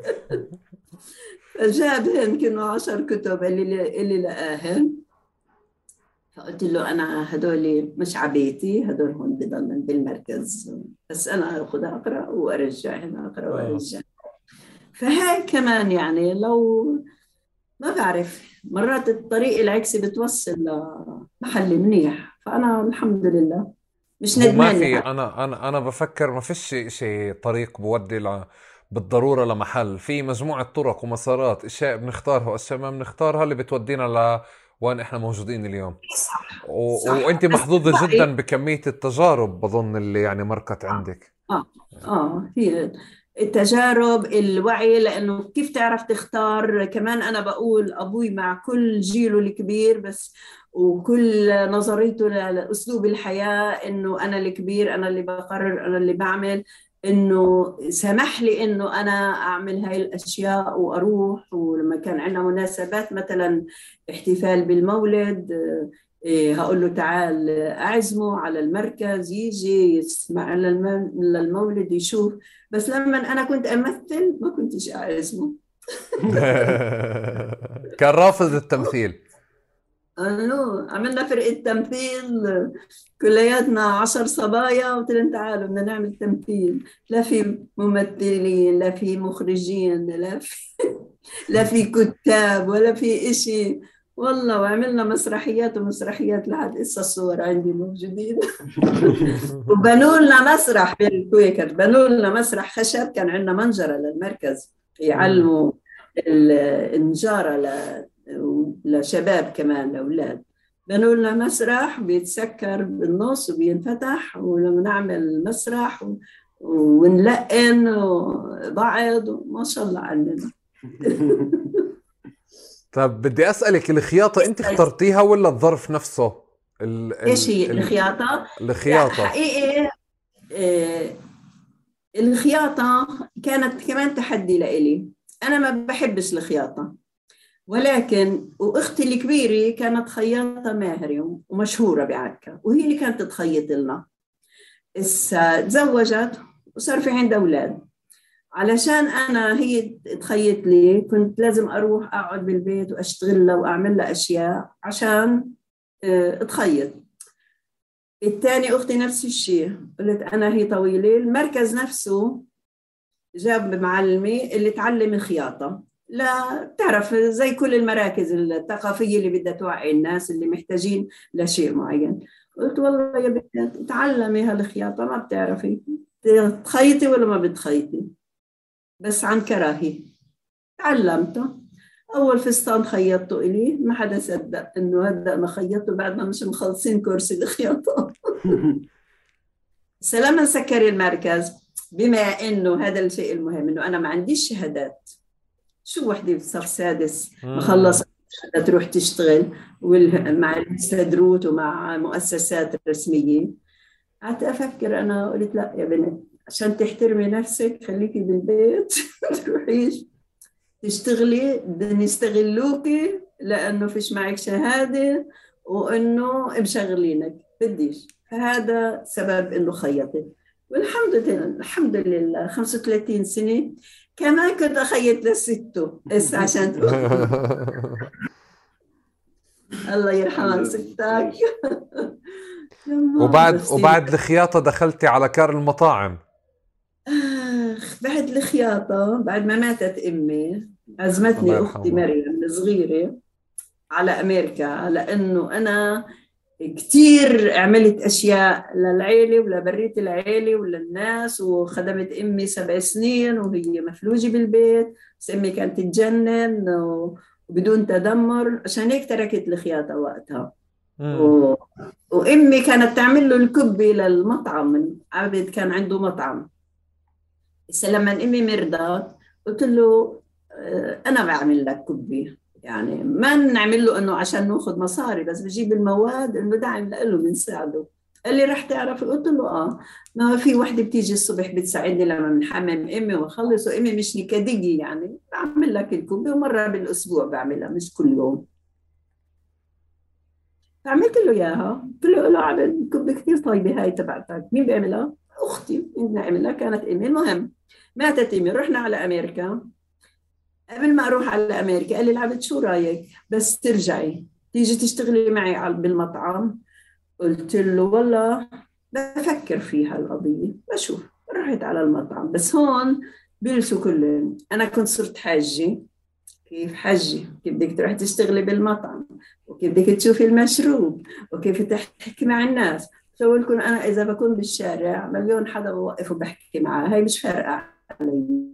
فجاب يمكن 10 كتب اللي لقاهن. فقلت له أنا هدول مش عبيتي، هدول هون بضلن بالمركز، بس أنا أخذ أقرأ وأرجع هنا أقرأ وأرجع. فهاي كمان يعني لو ما بعرف مرات الطريق العكسي بتوصل لمحل منيح، فأنا الحمد لله مش هو ما ندمانة في، يعني. انا بفكر ما فيش شيء طريق بودي بالضرورة لمحل، في مجموعة طرق ومسارات، اشياء بنختارها واشياء ما بنختارها اللي بتودينا وين احنا موجودين اليوم. صح وانت بس محظوظة جدا بكمية التجارب بظن اللي يعني مركت آه عندك. هي التجارب، الوعي، لأنه كيف تعرف تختار. كمان أنا بقول أبوي مع كل جيله الكبير بس وكل نظريته لأسلوب الحياة إنه أنا الكبير، أنا اللي بقرر، أنا اللي بعمل، إنه سمح لي إنه أنا أعمل هاي الأشياء وأروح. ولما كان عندنا مناسبات مثلا احتفال بالمولد، هقول له تعال أعزمه على المركز يجي يسمع للمولد يشوف. بس لما أنا كنت أمثل ما كنتش أعزمه، كان رافض التمثيل. عملنا فرقة تمثيل كلياتنا 10 صبايا، وقلت لهم تعالوا بدنا نعمل تمثيل. لا في ممثلين، لا في مخرجين، لا في كتاب، ولا في إشي. والله وعملنا مسرحيات ومسرحيات لحد هسه الصور عندي موجودين. وبنوا لنا مسرح بالكويكر، بنوا لنا مسرح خشب، كان عندنا منجرة للمركز يعلموا النجارة لشباب كمان لأولاد. بنوا لنا مسرح بيتسكر بالنص وبينفتح، ولما نعمل مسرح ونلقن بعض، ما شاء الله علينا. طب بدي أسألك، الخياطة أنت اخترتيها ولا الظرف نفسه؟ إيش هي الخياطة؟ لا الخياطة. حقيقي الخياطة كانت كمان تحدي لإلي. أنا ما بحبش الخياطة، ولكن وأختي الكبيرة كانت خياطة ماهرة ومشهورة بعكا، وهي اللي كانت تخيط لنا. تزوجت وصار في عندها أولاد. علشان أنا هي تخيط لي كنت لازم أروح أقعد بالبيت وأشتغل لها وأعمل لها أشياء عشان تخيط. الثاني أختي نفس الشيء، قلت أنا هي طويلة. المركز نفسه جاب معلمة اللي تعلم الخياطة، لا تعرف زي كل المراكز الثقافية اللي بدها توعي الناس اللي محتاجين لشيء معين. قلت والله يا بنت تعلمي هالخياطة، ما بتعرفي تخيطي ولا ما بتخيطي، بس عن كراهي تعلمته. أول فستان خيطته إلي ما حدا صدق إنه هذا أنا خيطته بعد ما مش مخلصين كورس الخياطة. لما سكر المركز، بما إنه هذا الشيء المهم إنه أنا ما عنديش شهادات، شو وحدة بصف سادس مخلص تروح تشتغل مع السدروت ومع مؤسسات رسمية. قعدت أفكر، أنا قلت لا يا بنت، عشان تحترمي نفسك خليكي بالبيت تروحيش تشتغلي، بدهم يستغلوكي لأنه فيش معك شهادة وإنه مشغلينك، بديش. فهذا سبب إنه خيطت. والحمد لله الحمد لله 35 سنة كمان كنت أخيط للستو عشان الله يرحمها ستك. وبعد الخياطة دخلتي على كار المطاعم. بعد الخياطة، بعد ما ماتت أمي، عزمتني أختي مريم الصغيرة على أمريكا، لأنه أنا كتير عملت أشياء للعيلة ولبرية العيلة وللناس، وخدمت أمي 7 سنين وهي مفلوجة بالبيت، بس أمي كانت تتجنن وبدون تدمر، عشان هيك تركت الخياطة وقتها. وأمي كانت تعمل له الكبة للمطعم، من عبد كان عنده مطعم. لما أمي مرضت قلت له أنا بعمل لك كبة، يعني ما نعمل له إنه عشان نأخذ مصاري، بس بجيب المواد إنه دعم له بنساعده. قال لي رح تعرف؟ قلت له ما في وحدة بتيجي الصبح بتساعدني لما بنحمم أمي ونخلص، وأمي مش نكدية، يعني بعمل لك الكبة ومرة بالأسبوع بعملها مش كل يوم. فعملت له إياها، قلت له عبد الكبة كثير طيبة هاي تبعتك، مين بيعملها؟ أختي بنعملها، كانت أمي. المهم ماتت أمي، رحنا على أمريكا. قبل ما أروح على أمريكا قال لي العبد شو رأيك بس ترجعي تيجي تشتغلي معي بالمطعم؟ قلت له والله بفكر فيها القضية، بشوف. رحت على المطعم، بس هون بيلسوا كلهم. أنا كنت صرت حاجة. كيف حجي؟ كيف بدك تروح تشتغلي بالمطعم، وكيف بدك تشوفي المشروب، وكيف تحكي مع الناس. سوي لكم أنا إذا بكون بالشارع مليون حدا بوقف وبحكي معاه، هاي مش فارقة علي.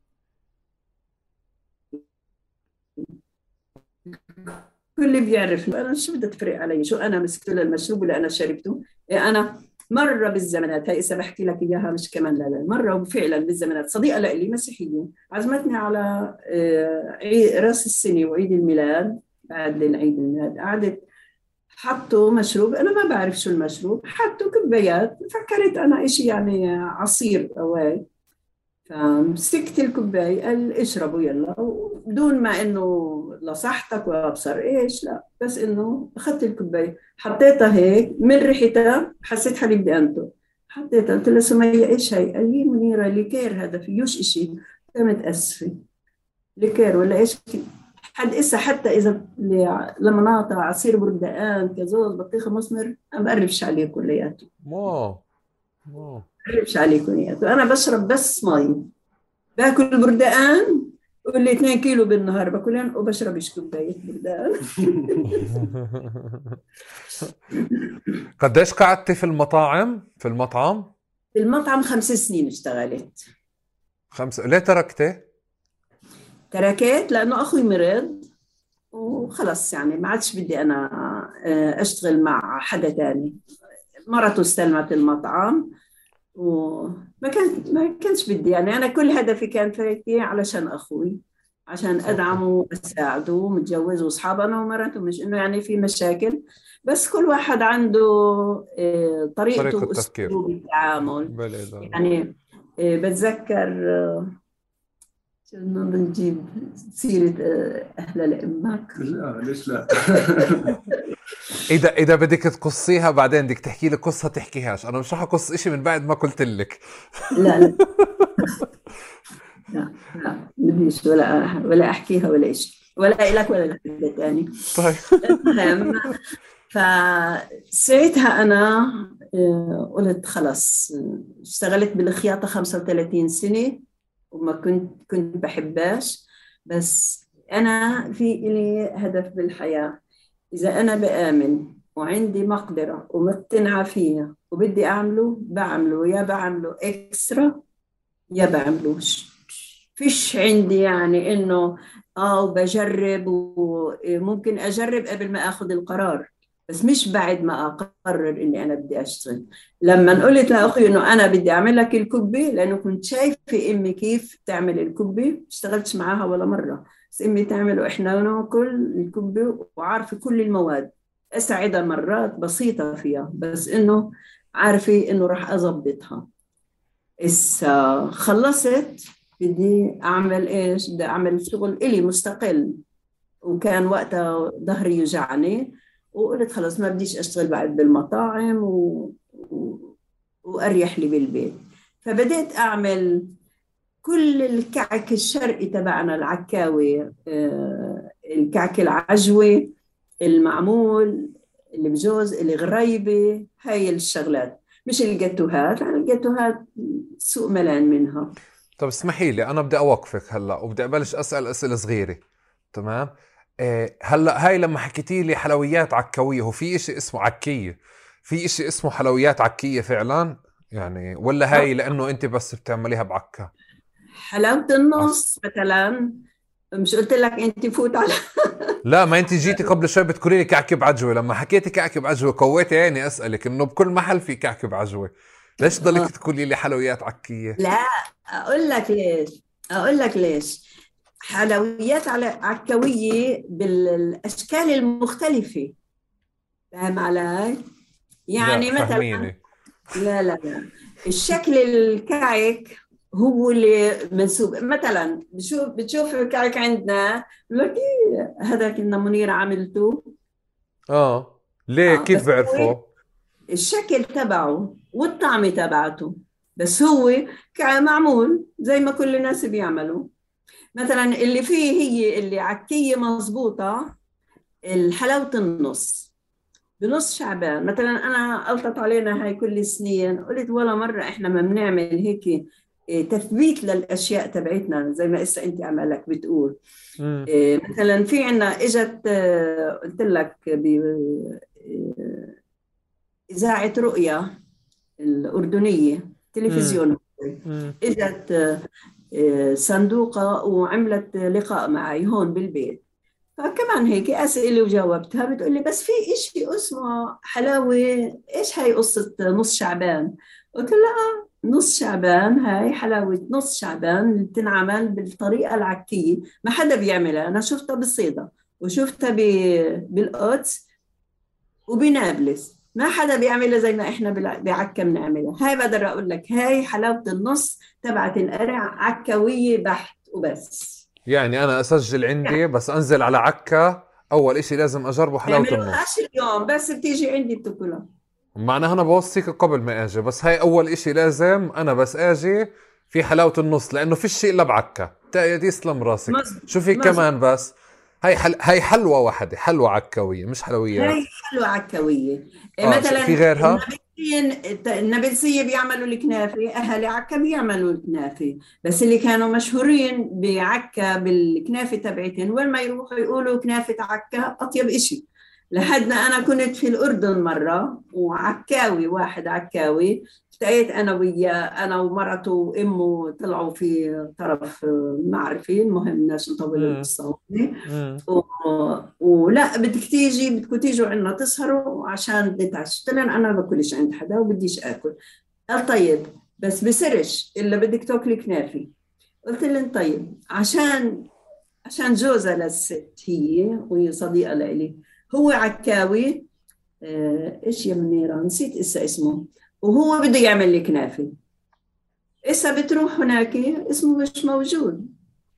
كل بيعرف أنا شو بدها تفرق علي، شو أنا مسكت له المشروب ولا أنا شربته. أنا مرة بالزمانات، هاي إذا بحكي لك إياها مش كمان لا مرة وفعلا بالزمانات، صديقة لي مسيحية عزمتني على رأس السنة وعيد الميلاد. بعد العيد الميلاد قعدت حطوا مشروب، أنا ما بعرف شو المشروب، حطوا كبايات، فكرت أنا إشي يعني عصير أو هيك. فمسكت الكوباية قال اشربوا يلا، بدون ما انه لصحتك وابصر ايش، لا بس انه اخذت الكوباية حطيتها هيك، من ريحتها حسيت حالي بدي انطر. حطيتها قلت له سمية ايش هي؟ قال لي منيرة ليكير هذا فيوش اشي. قمت اسفة. ليكير ولا ايش حد إسا حتى اذا لمناطة عصير بردقان كزوز بطيخة مسمر ما بقربش عليه كلياته. ما ما بقربش عليه كلياته. انا بشرب بس مي، باكل بردقان قول لي 2 كيلو بالنهار باكلين وبشربش كوباية بردقان. قديش قعدتي في المطاعم في المطعم؟ في المطعم 5 سنين اشتغلت. 5. ليه تركتي؟ تركت لأنه أخوي مرض وخلص يعني ما عادش بدي أنا أشتغل مع حدا تاني. مرته استلمت المطعم ما كانش بدي يعني. أنا كل هدفي كان فايتي علشان أخوي، عشان أدعمه وأساعده. متجوز وأصحاب أنا ومرته، مش إنه يعني في مشاكل، بس كل واحد عنده طريقته طريقة تفكير. وأسلوبه بالتعامل. بلي لا. يعني بتذكر شو بدنا نجيب سيرة أهل لأمك. لا ليش لا. إذا بدك تقصيها بعدين بدك تحكي لي قصة تحكيهاش، أنا مش رح أقص إشي من بعد ما قلت لك. لا لا لا لا بديش ولا أحكيها ولا إشي ولا إلك ولا لحد تاني. طيب. المهم فساعتها أنا قلت خلص. اشتغلت بالخياطة 35 سنة وما كنت بحباش، بس أنا في إلي هدف بالحياة. إذا أنا بآمن وعندي مقدرة ومقتنعة فيها وبدي أعمله بعمله، يا بعمله إكسترا يا بعملوش. فيش عندي يعني إنه وبجرب وممكن أجرب قبل ما أخذ القرار، بس مش بعد ما أقرر إني أنا بدي أشتغل. لما قلت لأخي إنه أنا بدي أعمل لك الكبة، لأنه كنت شايفة أمي كيف تعمل الكبة، اشتغلتش معاها ولا مرة، بس أمي تعمل وإحنا ناكل الكبة وعارفة كل المواد. أساعدها مرات بسيطة فيها، بس إنه عارفة إنه راح أضبطها. إسا خلصت بدي أعمل إيش؟ بدي أعمل شغل إلي مستقل، وكان وقتها ظهري يوجعني وقلت خلص ما بديش أشتغل بعد بالمطاعم وأريح لي بالبيت. فبدأت أعمل كل الكعك الشرقي تبعنا، العكاوي، الكعك العجوي، المعمول، اللي بجوز، اللي غريبة، هاي الشغلات، مش الجاتوهات. يعني الجاتوهات سوق ملان منها. طب اسمحي لي، أنا بدي أوقفك هلأ وبدي أبلش أسأل أسئلة صغيرة. تمام. هلأ هاي لما حكيتي لي حلويات عكاوية، هو في إشي اسمه عكية؟ في إشي اسمه حلويات عكية فعلا يعني، ولا هاي لأنه أنت بس بتعمليها بعكا؟ حلاوة النص مثلا، مش قلت لك انت فوت على لا، ما انت جيتي قبل شوي بتقولي لي كعك بعجوه، لما حكيتي كعك بعجوه قويتي عيني اسالك انه بكل محل في كعك بعجوه، ليش ضلك تقولي لي حلويات عكيه؟ لا، اقول لك ليش حلويات على عكاوية بالاشكال المختلفة. فاهم علي؟ لا يعني مثلا فهميني. لا الشكل الكعك هو اللي منسوب. مثلا بتشوف الكعك عندنا بقول لك هذا كنا منير عملته. ليه كيف بس هو بعرفه؟ الشكل تبعه والطعمة تبعته، بس هو معمول زي ما كل الناس بيعملوا. مثلا اللي فيه هي اللي عكية مظبوطة، الحلاوة النص بنص شعبان. مثلا أنا قلطت علينا هاي كل سنين، قلت ولا مرة إحنا ما بنعمل هيك تثبيت للأشياء تبعتنا زي ما إسا أنت عملك بتقول. امم مثلا في عنا إجت قلت لك إذاعة رؤيا الأردنية امم تلفزيون، امم إجت صندوقة وعملت لقاء معي هون بالبيت. فكمان هيك أسئلة وجاوبتها، بتقول لي بس في إشي اسمه حلاوة، إيش هاي قصة نص شعبان؟ قلت لها نص شعبان هاي حلاوة نص شعبان اللي بتنعمل بالطريقة العكية، ما حدا بيعملها. أنا شفتها بالصيدا وشفتها بالقدس وبنابلس، ما حدا بيعملها زي ما احنا بعكا بنعملها. هاي بقدر اقول لك هاي حلاوة النص تبعت القرع، عكاوية بحت وبس. يعني انا اسجل عندي بس انزل على عكا، اول اشي لازم اجربه حلاوة بيعملوهاش النص. اليوم، بس بتيجي عندي بتاكلها. معناها انا بوصيك قبل ما اجي، بس هاي اول اشي لازم انا بس اجي في حلاوة النص، لانه في شيء الا بعكا. يسلم راسك. مز شو في مز كمان بس؟ هاي حلوة واحدة، حلوة عكاوية مش حلويات. هاي حلوة عكاوية. اه في مثلا غيرها؟ النابلسية بيعملوا الكنافة، أهل عكا بيعملوا الكنافة، بس اللي كانوا مشهورين بعكا بالكنافة تبعتهم وين ما يروحوا يقولوا كنافة عكا أطيب إشي. لحد ما أنا كنت في الأردن مرة، وعكاوي واحد عكاوي التقيت أنا وياه، أنا ومرته وأمه، طلعوا في طرف معرفة، المهم ناس نطول امم. القصة. امم. ولا بدك تيجي، بدكم تيجوا عندنا تسهروا عشان نتعشى. قلت لهم انا ما باكلش عند حدا وبديش اكل. قال طيب بس بسرش الا بدك تاكلي كنافه. قلت لهم طيب، عشان جوزها للست، وهي صديقه لإلي، هو عكاوي. ايش يا منيره، نسيت اسمه. وهو بده يعمل لي كنافه. بتروح هناك اسمه مش موجود.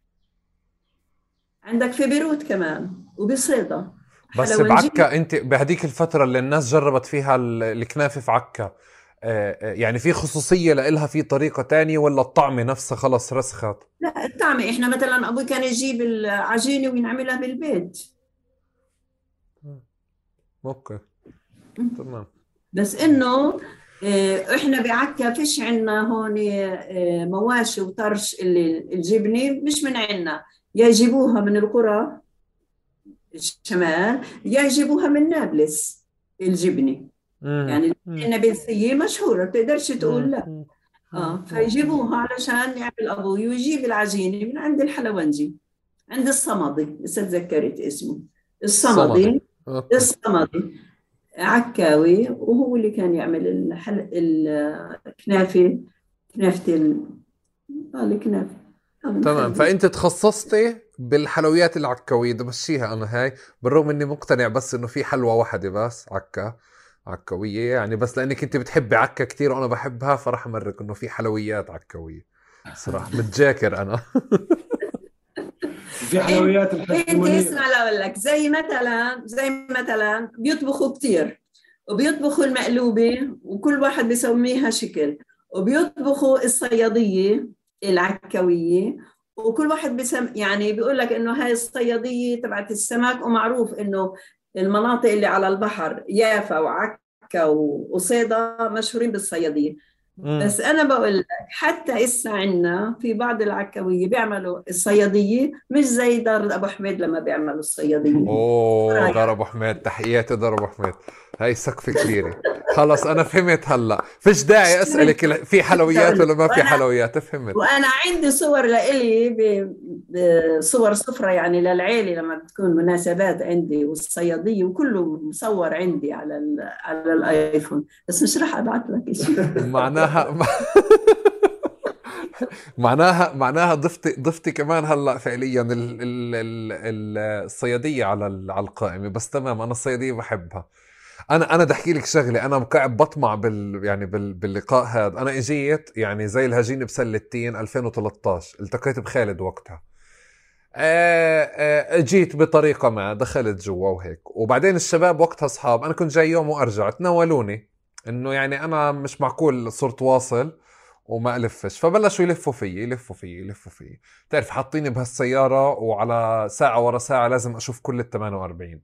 عندك في بيروت كمان وبصيدا بس حلوانجي. بعكا انت بهديك الفترة اللي الناس جربت فيها الكنافة في عكا، يعني في خصوصية لإلها في طريقة تانية، ولا الطعمة نفسها خلص رسخت؟ لا الطعمة، احنا مثلا ابوي كان يجيب العجينة وينعملها بالبيت. مم. اوكي. تمام. بس انه احنا بعكا فيش عنا هون مواشي وطرش، اللي الجبنة مش من عنا، يا يجيبوها من القرى الشمال، يا يجيبوها من نابلس الجبنة. امم. يعني امم. النابلسية مشهورة بتقدرش تقول لا. امم. فيجيبوها علشان يعمل ابوي، ويجيب العجينة من عند الحلوانجي، عند الصمدي، لسه تذكرت اسمه، صمدي. الصمدي. اوكي. الصمدي عكاوي، وهو اللي كان يعمل الكنافة، كنافة الكنافة تمام، المخبز. فانت تخصصتي بالحلويات العكاوية، ده مشيها انا هاي، بالرغم اني مقتنع بس انه في حلوة واحدة بس عكاوية يعني، بس لانك انت بتحبي عكا كتير وانا بحبها فراح امرك انه في حلويات عكاوية. صراحة متجاكر انا. وفي انت حلويات الحاج انت اسمع منير. لا اقول لك، زي مثلا بيطبخوا كتير، وبيطبخوا المقلوبة وكل واحد بيسميها شكل، وبيطبخوا الصيادية العكاوية، وكل واحد يعني بيقول لك انه هاي الصيادية تبعت السمك، ومعروف انه المناطق اللي على البحر يافا وعكا وصيدا مشهورين بالصيادية. امم. بس أنا بقول لك حتى إسا عنا في بعض العكاوية بيعملوا الصيادية مش زي دار أبو حميد لما بيعملوا الصيادية. اوه، رأيك؟ دار ابو حميد، تحياتي دار ابو حميد. هاي سقفة كبيرة. خلص انا فهمت هلا، فيش داعي شو بدي اسألك في بدي أقول حلويات لك؟ ولا ما في وأنا حلويات، فهمت. وأنا عندي صور لإلي بصور سفرة يعني للعيلة لما بتكون مناسبات عندي، والصيادية وكله مصور عندي على الآيفون، بس مش راح أبعث لك شيء. معناها معناها ضفتي كمان هلا فعليا الصياديه على القائمه، بس تمام، انا الصياديه بحبها. انا بدي احكي لك شغله، انا قاعد بطمع يعني باللقاء هذا. انا اجيت يعني زي الهجين بسلتين 2013، التقيت بخالد وقتها. جيت بطريقه ما، دخلت جوا وهيك، وبعدين الشباب وقتها اصحاب، انا كنت جاي يوم وارجع، تناولوني انه يعني انا مش معقول صرت واصل وما الفش، فبلشوا يلفوا فيي. تعرف حاطيني بهالسيارة وعلى ساعة ورا ساعة لازم اشوف كل ال 48.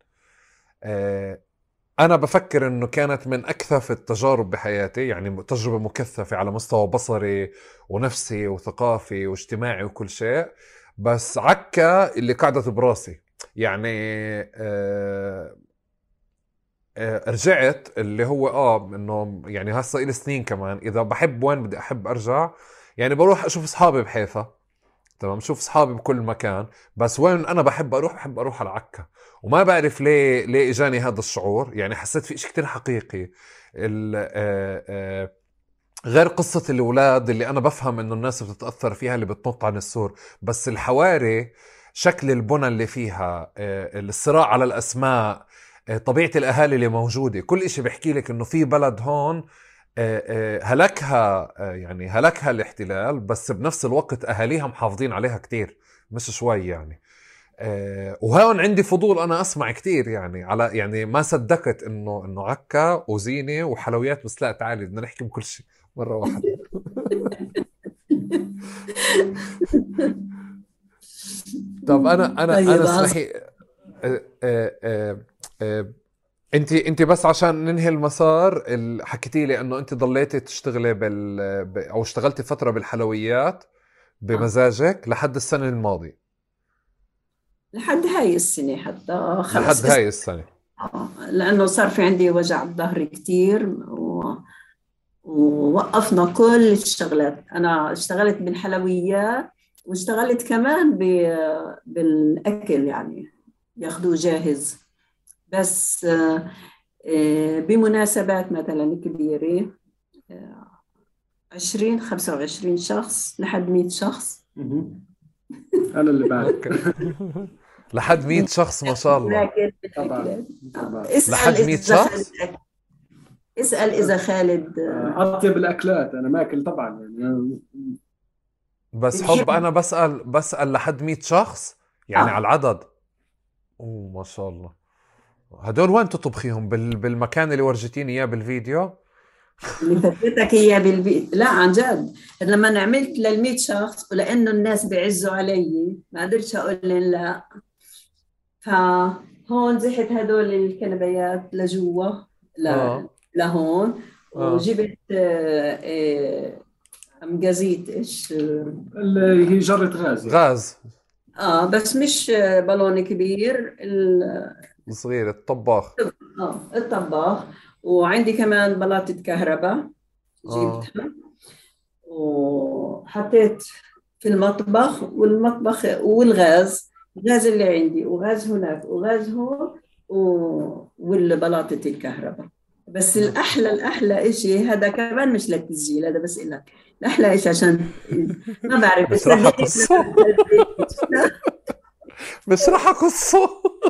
انا بفكر انه كانت من اكثف التجارب بحياتي، يعني تجربة مكثفة على مستوى بصري ونفسي وثقافي واجتماعي وكل شيء. بس عكا اللي قعدت براسي يعني. آه، رجعت اللي هو انه يعني هسه إلي سنين كمان، اذا بحب وين بدي احب ارجع، يعني بروح اشوف اصحابي بحيفا. تمام، شوف اصحابي بكل مكان، بس وين انا بحب اروح على عكا. وما بعرف ليه اجاني هذا الشعور، يعني حسيت في شيء كتير حقيقي. غير قصة الأولاد اللي أنا بفهم إنه الناس بتتأثر فيها اللي بتنط عن السور، بس الحواري، شكل البنى اللي فيها، الصراع على الأسماء، طبيعة الأهالي اللي موجودة، كل إشي بيحكي لك إنه في بلد هون هلكها، يعني هلكها الاحتلال، بس بنفس الوقت أهاليها محافظين عليها كتير، مش شوي يعني. وهون عندي فضول أنا أسمع كتير يعني، على يعني ما صدقت إنه عكا وزينة وحلويات، بس لا تعالي بدنا نحكي بكل شيء مرة واحدة. طب انا طيب اسمحي. انت بس عشان ننهي المسار، حكيتي لي انه انت ضليتي تشتغلي او اشتغلتي فترة بالحلويات بمزاجك لحد السنة الماضية. لحد هاي السنة حتى خلص لحد هاي السنة. لأنه صار في عندي وجع الظهر كتير ووقفنا كل الشغلات. أنا اشتغلت بالحلويات واشتغلت كمان بالأكل، يعني ياخدوه جاهز. بس بمناسبات مثلا كبيرة، 20 25 شخص لحد 100 شخص. انا اللي بعرف. اوكي. لحد 100 شخص ما شاء الله. بالأكل طبعا بالأكلات. طبعا. اسأل لحد 100 إذا خالد شخص. اسأل إذا خالد اطيب الاكلات انا ماكل طبعا يعني. بس حب، بتحب. انا بسأل لحد 100 شخص يعني على العدد. اوه ما شاء الله. هدول وين تطبخيهم؟ بالمكان اللي ورجتيني اياه بالفيديو؟ اللي فرجتك اياه بالبيت، لا عن جد. لما أنا عملت لل100 شخص ولانه الناس بيعزوا علي ما قدرتش اقول لهم لا، فهون زحت هدول الكنبيات لجوا اه لهون. اه وجبت مجازيت ايش اللي هي جرة غاز يعني. غاز. بس مش بالون كبير صغير الطباخ. الطباخ. وعندي كمان بلاطة كهرباء اه جبتها وحطيت في المطبخ، والمطبخ والغاز، الغاز اللي عندي وغاز هناك وغاز هون والبلاطة الكهرباء. بس اوكي. الأحلى إشي هذا كمان مش للتسجيل، هذا بس إلك. الأحلى إشي عشان ما بعرف مش راح تصدقني اقصه. مش راح اقصه.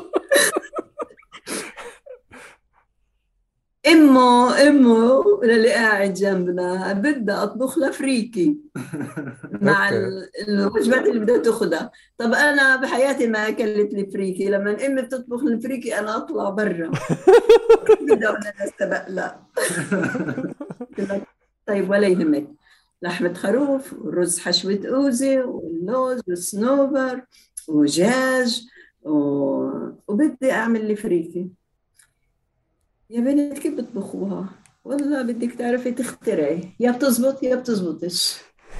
امه اللي قاعد جنبنا بدها اطبخ لها فريكي مع اوكي. الوجبات اللي بدها تاخذها. طب انا بحياتي ما اكلت لي فريكي، لما امي بتطبخ لي فريكي انا اطلع برا بدها ولا انا سبق لا. قلت لك طيب ولا يهمك، لحمة خروف ورز حشوة أوزي واللوز والصنوبر ودجاج وبدي أعمل لي فريكي. يا بنت كيف بتطبخوها؟ والله بدك تعرفي تخترعي، يا بتزبط يا بتزبطش.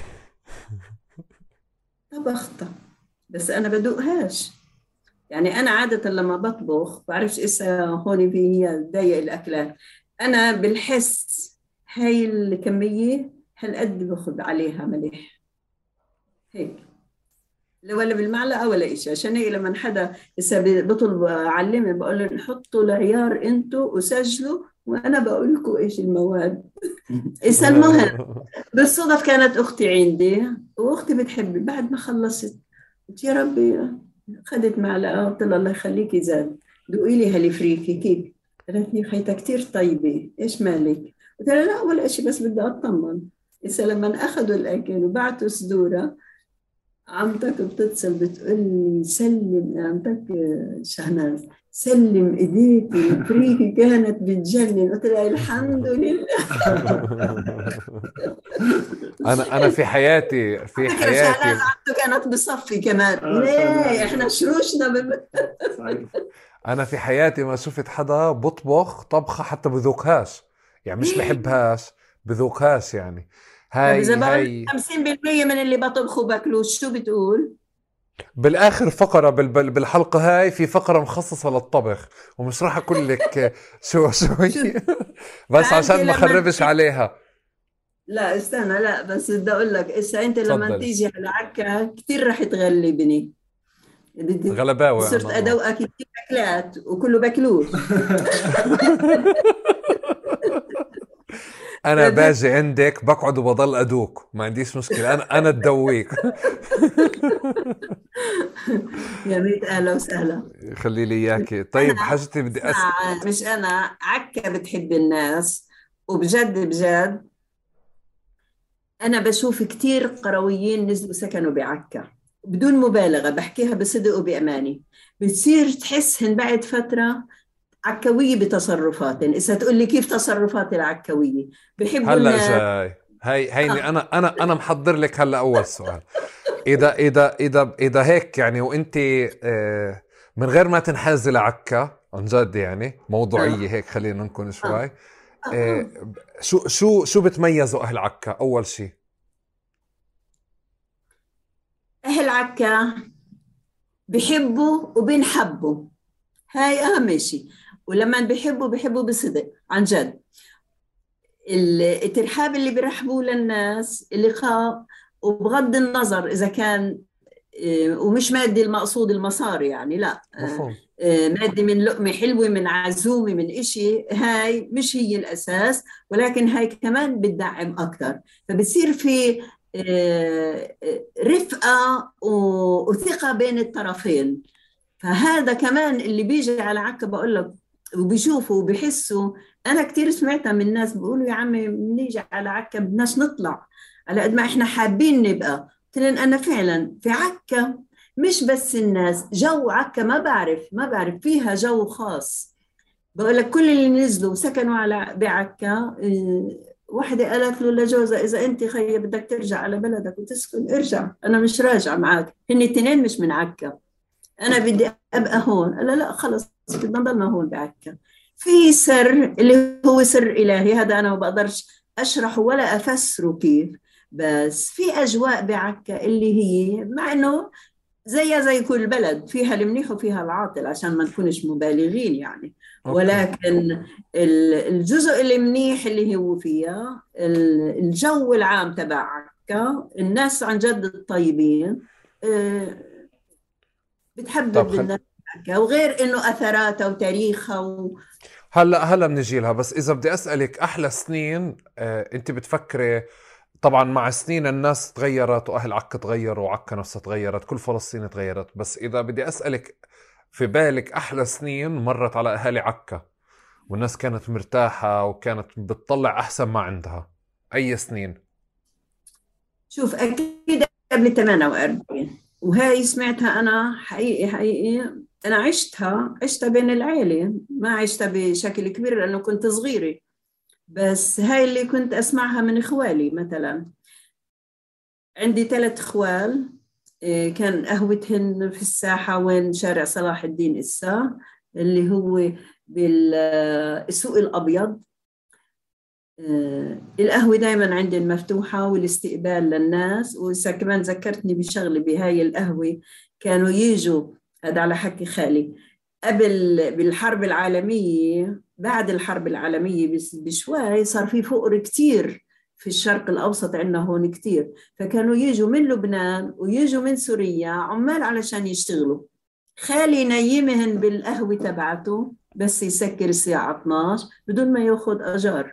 طبختها بس أنا بدوقهاش. يعني أنا عادة لما بطبخ بعرفش إسا هون في هي ضيق الأكلات، أنا بالحس هاي الكمية هالقد باخد عليها ملح هيك، لا ولا بالمعلقة ولا إشي. عشان هيك لما حدا إسا بطلب علمي بقول لهم حطوا العيار أنتوا وسجلوا وأنا بقول لكم إيش المواد. إسا المهم بالصدف كانت أختي عندي وأختي بتحبي. بعد ما خلصت قلت يا ربي، خدت معلقة قلت لها الله يخليكي زاد دوقي لي هالفريكي كيف. قالت لي خيتها كتير طيبة إيش مالك؟ قلت لها لا ولا شيء بس بدي أطمن. إسا لما أخذوا الأكل وبعتوا صدورة عمتك بتتصل بتقول لي سلم عمتك شهناز سلم ايديك الفريكي كانت بتجنن. قلت لها الحمد لله. انا في فكرة شهناز حياتي عمته كانت بصفي كمان ليه شغال. احنا شروشنا صحيح. انا في حياتي ما شفت حدا بطبخ طبخة حتى بذوقهاش، يعني مش بحبهاش، بذوقهاش يعني. طيب اذا هاي بقول لك هاي 50% من اللي بطبخه باكلوش شو بتقول؟ بالاخر فقرة بالحلقة هاي في فقرة مخصصة للطبخ، ومش راح اقول لك شو شو هي. بس فانت عشان ما لما خربش عليها. لا استنى، لا بس بدي اقول لك اسا انت لما تفضل. تيجي على عكا كثير رح تغلبني. بدي غلباوي صرت انا ادوقك كثير اكلات وكله باكلوش. انا باجي عندك بقعد وبضل ادوك، ما عنديش مشكلة، انا الدويك. يا ميت اهلا وسهلا. خلي لي اياكي. انا طيب حاجتي بدي اسمع، مش انا عكا بتحب الناس وبجد بجد. انا بشوف كثير قرويين نزلوا سكنوا بعكا بدون مبالغه، بحكيها بصدق وبامانه. بتصير تحسهن بعد فتره عكويه بتصرفاتن. اذا تقول لي كيف تصرفات العكويه؟ بحبوا هلا الناس. جاي. هيني انا محضر لك هلا اول سؤال. اذا هيك يعني، وانت من غير ما تنحازي لعكا عن جد، يعني موضوعيه هيك، خلينا نكون شوي. شو بتميزوا اهل عكا اول شيء؟ أهل عكا بيحبوا وبنحبوا، هاي أهم شيء. ولما بيحبوا بصدق عن جد. الترحاب اللي بيرحبوا للناس، اللقاء، وبغض النظر إذا كان ومش مادي، المقصود المصاري يعني، لا، مفهوم. مادي من لقمة حلوة، من عزومة، من إشي، هاي مش هي الأساس، ولكن هاي كمان بتدعم أكثر. فبصير في رفقة وثقة بين الطرفين. فهذا كمان اللي بيجي على عكا بقول لك، وبيشوفوا وبيحسوا. أنا كتير سمعتها من الناس بيقولوا يا عمي بنيجي على عكا بدناش نطلع على قد ما إحنا حابين نبقى. قلت لهم أنا فعلا في عكا مش بس الناس، جو عكا ما بعرف فيها جو خاص. بقول لك كل اللي نزلوا وسكنوا على بعكا، واحدة قالت له لجوزها إذا أنت خيي بدك ترجع على بلدك وتسكن ارجع، أنا مش راجعة معك. هن التنين مش من عكا، أنا بدي أبقى هون. قال لا خلص بدنا نضلنا هون بعكا. في سر اللي هو سر إلهي، هذا أنا ما بقدرش أشرحه ولا أفسره كيف، بس في أجواء بعكا اللي هي، مع إنه زيها زي كل بلد، فيها المنيح وفيها العاطل عشان ما نكونش مبالغين يعني. أوكي. ولكن الجزء المنيح اللي هو فيها الجو العام تبع عكا، الناس عن جد الطيبين، طب بتحبب الناس عكا، وغير انه اثراتها وتاريخها هلا بنجي لها. بس اذا بدي اسالك احلى سنين، انت بتفكري طبعا مع سنين الناس تغيرت، واهل عكا تغيروا، وعكا نفسها تغيرت، كل فلسطين تغيرت. بس اذا بدي اسالك في بالك احلى سنين مرت على اهالي عكا والناس كانت مرتاحة وكانت بتطلع احسن ما عندها، اي سنين؟ شوف اكيد قبل 48، وهاي سمعتها انا حقيقي انا عشتها بين العيلة، ما عشتها بشكل كبير لانه كنت صغيرة. بس هاي اللي كنت اسمعها من اخوالي. مثلا عندي 3 اخوال، كان قهوتهن في الساحة، وين شارع صلاح الدين اللي هو بالسوق الأبيض. القهوة دايما عندي مفتوحة والاستقبال للناس. وكمان ذكرتني بشغلة بهاي القهوة، كانوا يجوا، هذا على حكي خالي، قبل بالحرب العالمية، بعد الحرب العالمية بشوي صار في فقر كتير في الشرق الأوسط، عندنا هون كتير. فكانوا يجوا من لبنان ويجوا من سوريا عمال علشان يشتغلوا. خالي نيمهن بالقهوة تبعته بس يسكر الساعة 12 بدون ما ياخذ أجار.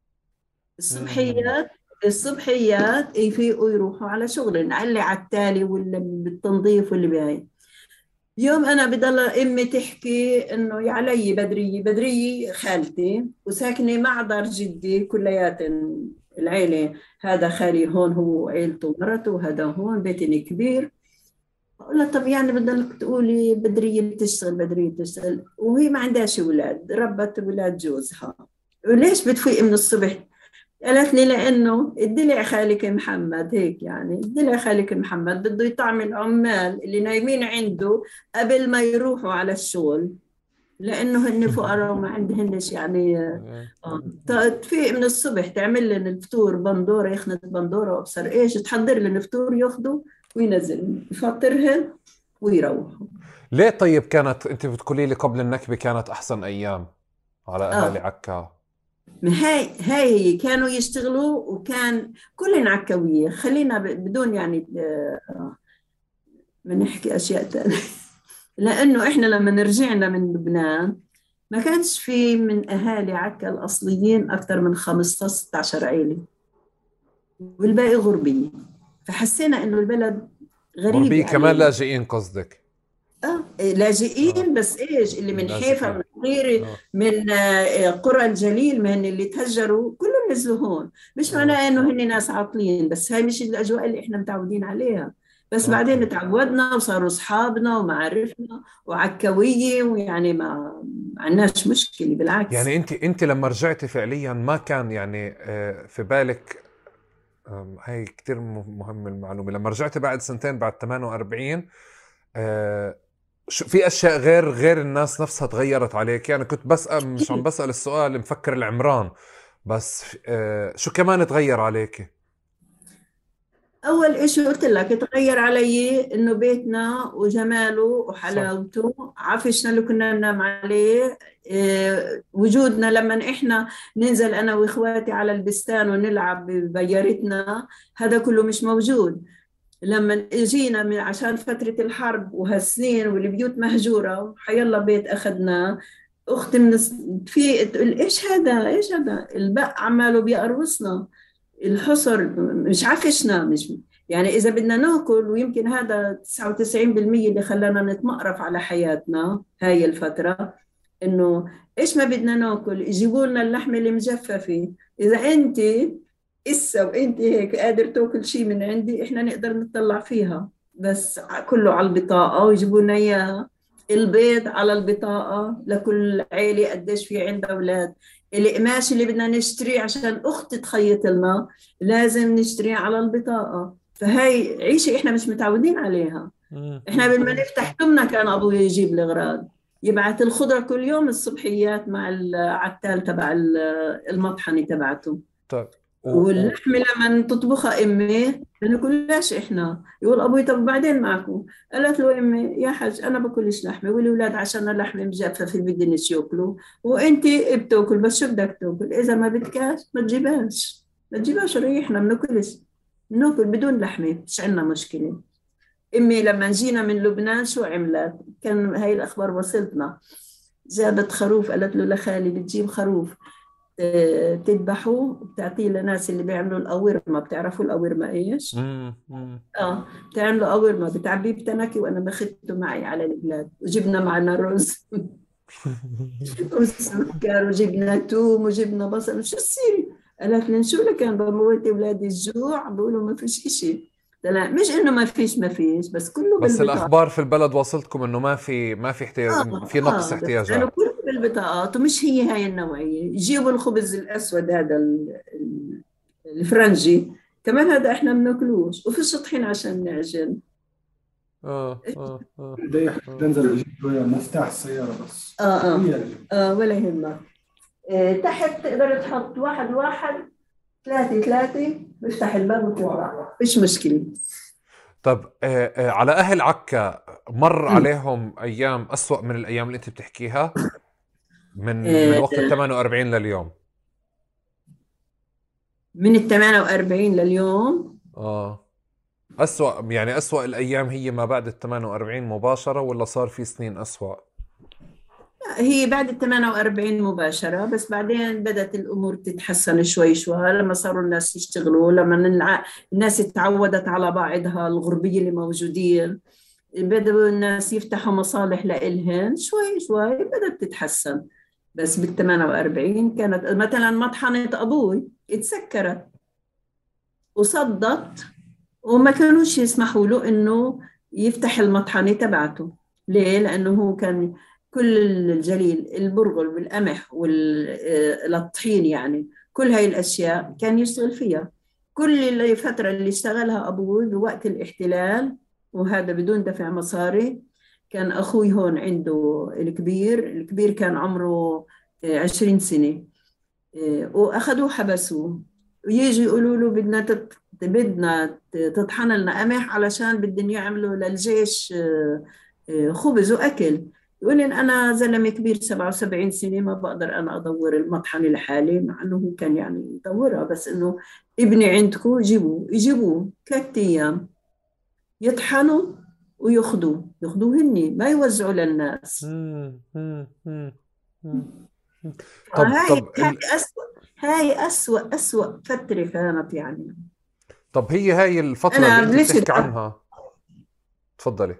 الصبحيات يفيقوا يروحوا على شغل، اللي على التالي ولا بالتنظيف واللي بهاي. يوم أنا بضل أمي تحكي إنه يا علي بدرية خالتي وساكنة مع دار جدي كليات العيلة، هذا خالي هون هو وعيلته ومرته، وهذا هون بيتنا كبير. أقول لها طب يعني بدك تقولي بدرية بتشتغل وهي ما عندهاش أولاد، ربت أولاد جوزها، وليش بتفيق من الصبح؟ قالت لي لأنه الدلع خالك محمد، هيك يعني الدلع خالك محمد بده يطعم العمال اللي نايمين عنده قبل ما يروحوا على الشغل، لأنه هن فقراء وما عندهنش يعني. تفيق من الصبح تعمل لنا الفطور، بندورة، يخنة بندورة وأبصر إيش، تحضر لنا الفطور ياخدوا وينزل يفطرهن ويروحوا. ليه طيب كانت، انت بتقولي لي قبل النكبة كانت احسن ايام على اهالي عكا؟ ما هاي هي كانوا يشتغلوا، وكان كلنا عكاوية. خلينا بدون يعني ما نحكي أشياء تانية لأنه إحنا لما رجعنا من لبنان ما كانش في من أهالي عكا الأصليين أكثر من 15-16 عائلة، والباقي غربية. فحسينا إنه البلد غريبة غربية كمان، علينا. لاجئين قصدك؟ لاجئين. بس ايش اللي من حيفا، من غيري، من قرى الجليل، من اللي تهجروا كلهم نزلوا هون. مش معناه انه هن ناس عاطلين، بس هاي مش الاجواء اللي احنا متعودين عليها. بس بعدين تعودنا وصاروا اصحابنا ومعارفنا وعكوية، ويعني ما عندناش مشكلة، بالعكس. يعني انت لما رجعتي فعليا ما كان يعني في بالك هاي كتير مهم المعلومة. لما رجعت بعد سنتين بعد 48 شو في أشياء غير الناس نفسها تغيرت عليك؟ يعني كنت بسأل، مش عم بسأل السؤال مفكر العمران بس، شو كمان تغير عليك؟ أول إشي قلت لك تغير علي إنه بيتنا وجماله صح. وحلاوته، عفشنا اللي كنا ننام عليه، وجودنا لما إحنا ننزل أنا وإخواتي على البستان ونلعب ببيارتنا، هذا كله مش موجود. لما اجينا عشان فترة الحرب وهالسنين والبيوت مهجورة، حيلا بيت أخذناه. أختي في تقول إيش هذا إيش هذا، البق عماله بيقرصنا، الحصر مش عفشنا، مش يعني إذا بدنا ناكل. ويمكن هذا 99% اللي خلانا نتمقرف على حياتنا هاي الفترة، إنه إيش ما بدنا ناكل يجيبوا لنا اللحمة المجففة. إذا أنت إسا وأنت هيك قادر تاكل شيء من عندي، إحنا نقدر نطلع فيها، بس كله على البطاقة ويجيبوا لنا إياها. البيض على البطاقة لكل عيلة قديش في عندها أولاد. القماش اللي بدنا نشتريه عشان أختي تخيط لنا لازم نشتريه على البطاقة. فهاي عيشة إحنا مش متعودين عليها. إحنا لما نفتح تمنا كان أبوي يجيب الأغراض، يبعت الخضرة كل يوم الصبحيات مع العتال تبع المطحنة تبعته. طيب واللحمة لما تطبخها أمي ما ناكلهاش إحنا. يقول أبوي طب بعدين معكم. قالت له أمي يا حاج أنا باكلش لحمة، والأولاد عشان اللحمة مجففة بدنش ياكلوا، وأنت بتاكل بس شو بدك تاكل، إذا ما بدكاش ما تجيبهاش، ما تجيبهاش ريحنا بناكلش، بناكل بدون لحمة مش عندنا مشكلة. أمي لما جينا من لبنان شو عملت، كان هاي الأخبار وصلتنا، جابت خروف، قالت له لخالي بتجيب خروف تذبحوه وبتعطيه لناس اللي بيعملوا القورمة. بتعرفوا القورمة إيش؟ بتعملوا قورمة، بتعبيه بتنكي، وأنا باخدته معي على البلاد، وجبنا معنا رز وسكر وجبنا توم وجبنا بصل. شو السيري؟ قالت لي شو اللي كان بموت أولادي الجوع، بقولوا ما فيش إشي. لا مش إنه ما فيش بس كله بس بالبطاقة. الأخبار في البلد وصلتكم إنه ما في في نقص بس قالوا احتياجات. كله بالبطاقات، ومش هي هاي النوعية. يجيبوا الخبز الأسود هذا الفرنجي كمان، هذا احنا بناكلوش، وفيش طحين عشان نعجن. بدي انزل اجيب له مفتاح السياره بس. ولا يهمك. تحت تقدر تحط 1 1 3 3، بفتح الباب وتطلع مش مشكلة. طب على أهل عكا مر عليهم أيام أسوأ من الأيام اللي أنت بتحكيها، من وقت ال 48 لليوم؟ من ال 48 لليوم أسوأ، يعني أسوأ الأيام هي ما بعد ال 48 مباشرة، ولا صار في سنين أسوأ؟ هي بعد ال 48 مباشرة، بس بعدين بدأت الأمور تتحسن شوي شوي لما صاروا الناس يشتغلوا، لما الناس تعودت على بعضها، الغربية اللي موجودين بدأوا الناس يفتحوا مصالح لإلهن، شوي شوي بدأت تتحسن. بس بال 48 كانت مثلا مطحنة أبوي اتسكرت وصدت، وما كانوش يسمحوا له إنه يفتح المطحنة تبعته. ليه؟ لأنه هو كان كل الجليل، البرغل والقمح والطحين، يعني كل هاي الأشياء كان يشتغل فيها. كل الفترة اللي اشتغلها أبوي بوقت الاحتلال، وهذا بدون دفع مصاري. كان أخوي هون عنده الكبير كان عمره 20 سنة، وأخذوه حبسوه، ويجي يقولوا له بدنا تطحن لنا قمح علشان بدهم يعملوا للجيش خبز وأكل. يقول لي أنا زلمة كبير 77 سنة ما بقدر أنا أدور المطحنة لحالي، مع أنه هو كان يعني يدورها، بس إنه ابني عندكم يجيبوه 3 أيام يطحنوا ياخذوه هني، ما يوزعوا للناس. طب هاي أسوأ فترة كانت يعني. طب هي هاي الفترة اللي انت بتحكي عنها، تفضلي.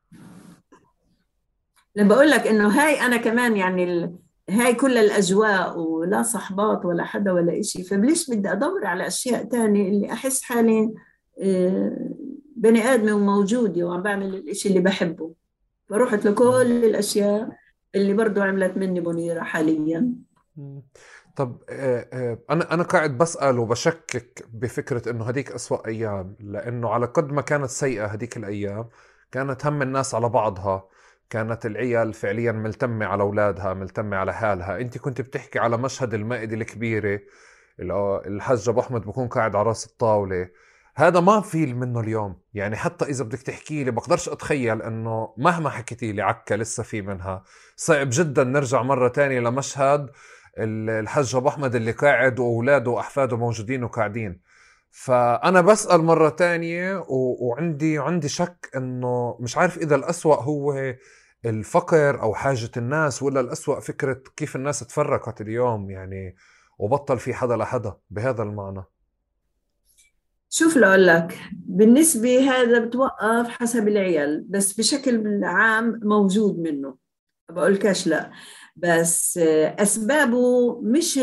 لما بقول لك انه هاي انا كمان يعني هاي كل الاجواء، ولا صحبات ولا حدا ولا اشي، فبليش بدي ادور على اشياء تانية اللي احس حالي بني ادم وموجودة وعم بعمل الاشي اللي بحبه. فرحت لكل الاشياء اللي برضو عملت مني منيرة حاليا. طب أنا قاعد بسأل وبشكك بفكرة إنه هديك أسوأ أيام، لأنه على قد ما كانت سيئة هديك الأيام كانت هم الناس على بعضها، كانت العيال فعليا ملتمة على أولادها، ملتمة على حالها. أنت كنت بتحكي على مشهد المائدة الكبيرة، الحاج أبو أحمد بكون قاعد على راس الطاولة. هذا ما في منه اليوم، يعني حتى إذا بدك تحكي لي بقدرش أتخيل إنه مهما حكيتي لي عكا لسه في منها. صعب جدا نرجع مرة تانية لمشهد الحاج أبو أحمد اللي قاعد وأولاده وأحفاده موجودين وقاعدين. فأنا بسأل مرة تانية وعندي شك إنه مش عارف إذا الأسوأ هو الفقر أو حاجة الناس، ولا الأسوأ فكرة كيف الناس تفرقت اليوم يعني، وبطل في حدا لحدا بهذا المعنى. شوف لأقول لك، بالنسبة هذا بتوقف حسب العيال، بس بشكل عام موجود منه، بقولكش لا. بس أسبابه مش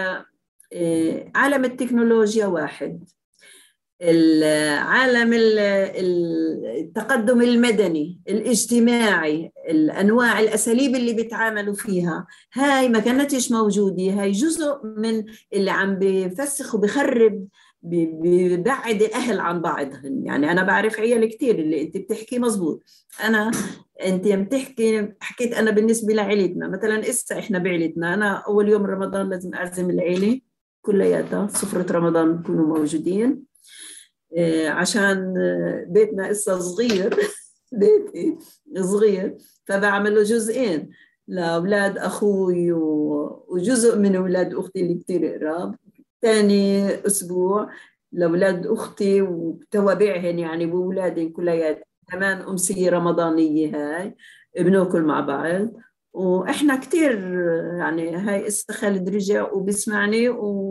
عالم التكنولوجيا واحد، العالم التقدم المدني الاجتماعي، الأنواع الأساليب اللي بيتعاملوا فيها، هاي ما كانتش موجودة. هاي جزء من اللي عم بفسخ وبخرب، بيبعد الأهل عن بعضهم. يعني أنا بعرف عيال كتير، اللي أنت بتحكي مزبوط. أنت يوم حكيت أنا بالنسبة لعيلتنا مثلا، إحنا بعيلتنا أنا أول يوم رمضان لازم أعزم العيلة كلياتها، سفرة رمضان بيكونوا موجودين، عشان بيتنا إسا صغير بيتي صغير، فبعمله جزئين لأولاد أخوي وجزء من أولاد أختي اللي كتير قراب. تاني أسبوع لأولاد أختي وتوابعهن، يعني بأولادي كليات كمان أمسية رمضانية، هاي بناكل مع بعض. وإحنا كتير يعني، هاي خالد رجع وبيسمعني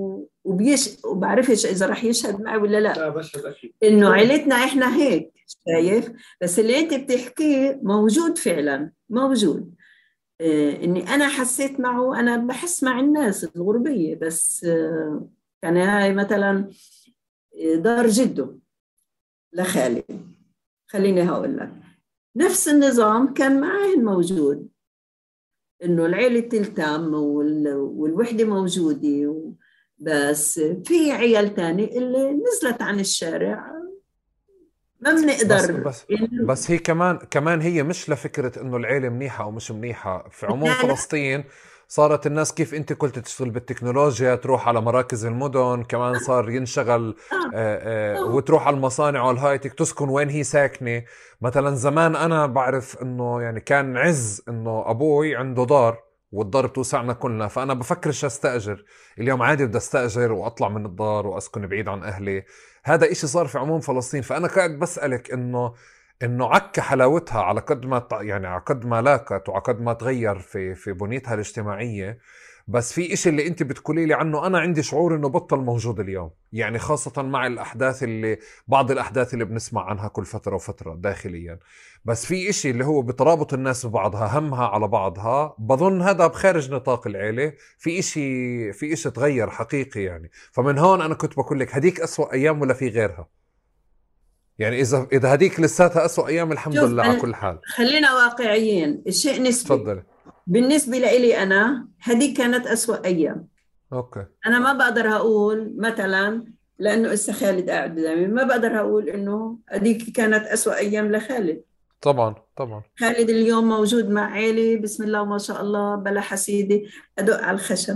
وبعرفش إذا رح يشهد معي ولا لا. لا بشهد أكيد. إنه عيلتنا إحنا هيك، شايف؟ بس اللي أنت بتحكيه موجود فعلا، موجود. إني أنا حسيت معه، أنا بحس مع الناس الغربية، بس كان هاي مثلا دار جده لخالي، خليني هقول لك نفس النظام كان معاه موجود، إنه العيلة تلتم والوحدة موجودة. بس في عيال تاني اللي نزلت عن الشارع، ما بس بنقدر بس بس هي كمان هي مش لفكرة انه العيلة منيحة او مش منيحة. في عموم لا لا. فلسطين صارت الناس كيف انت قلت تشتغل بالتكنولوجيا، تروح على مراكز المدن، كمان صار ينشغل وتروح على المصانع والهايتك، تسكن وين هي ساكنة. مثلا زمان انا بعرف انه يعني كان عز انه ابوي عنده دار والدار بتوسعنا كلنا، فانا بفكرش استأجر. اليوم عادي بدي استأجر واطلع من الدار واسكن بعيد عن اهلي. هذا إشي صار في عموم فلسطين. فأنا قاعد بسألك إنه عك حلاوتها على قد ما يعني على قد ما لاقت وعلى قد ما تغير في بنيتها الاجتماعية. بس في إشي اللي أنت بتقولي لي عنه أنا عندي شعور إنه بطل موجود اليوم، يعني خاصة مع الأحداث بعض الأحداث اللي بنسمع عنها كل فترة وفترة داخليا. بس في إشي اللي هو بترابط الناس ببعضها، همها على بعضها، بظن هذا بخارج نطاق العيلة. في إشي تغير حقيقي يعني. فمن هون أنا كنت بقول لك هديك أسوأ أيام ولا في غيرها؟ يعني إذا هديك لساتها أسوأ أيام الحمد شوف لله على كل حال. خلينا واقعيين، الشيء نسبي. تفضل. بالنسبة لي أنا هذه كانت أسوأ أيام. أوكي. أنا ما بقدر أقول مثلا، لأنه إسا خالد قاعد قدامي، ما بقدر أقول إنه هذيك كانت أسوأ أيام لخالد. طبعا طبعا. خالد اليوم موجود مع عيلي بسم الله وما شاء الله، بلا حسيدي أدق على الخشب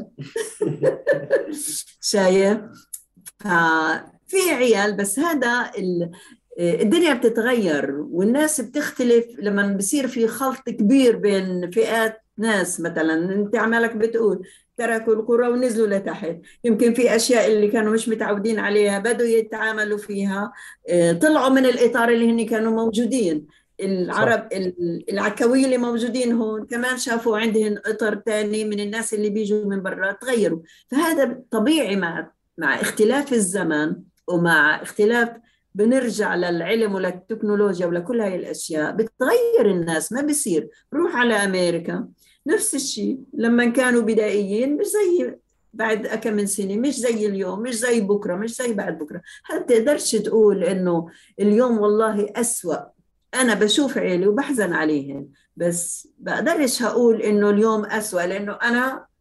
شايف؟ في عيال، بس هذا الدنيا بتتغير والناس بتختلف لما بصير في خلط كبير بين فئات ناس. مثلا انت عمالك بتقول تركوا القرى ونزلوا لتحت، يمكن في اشياء اللي كانوا مش متعودين عليها بدوا يتعاملوا فيها، طلعوا من الاطار اللي هن كانوا موجودين. صح. العرب العكوية اللي موجودين هون كمان شافوا عندهم اطار تاني من الناس اللي بيجوا من برا، تغيروا. فهذا طبيعي مع اختلاف الزمن ومع اختلاف، بنرجع للعلم وللتكنولوجيا ولكل هاي الأشياء بتغير الناس. ما بيصير روح على أمريكا نفس الشيء، لما كانوا بدائيين مش زي بعد كم من سنة، مش زي اليوم، مش زي بكرة، مش زي بعد بكرة. هل تقدرش تقول إنه اليوم والله أسوأ؟ أنا بشوف عيلي وبحزن عليهم، بس بقدرش هقول إنه اليوم أسوأ، لأنه أنا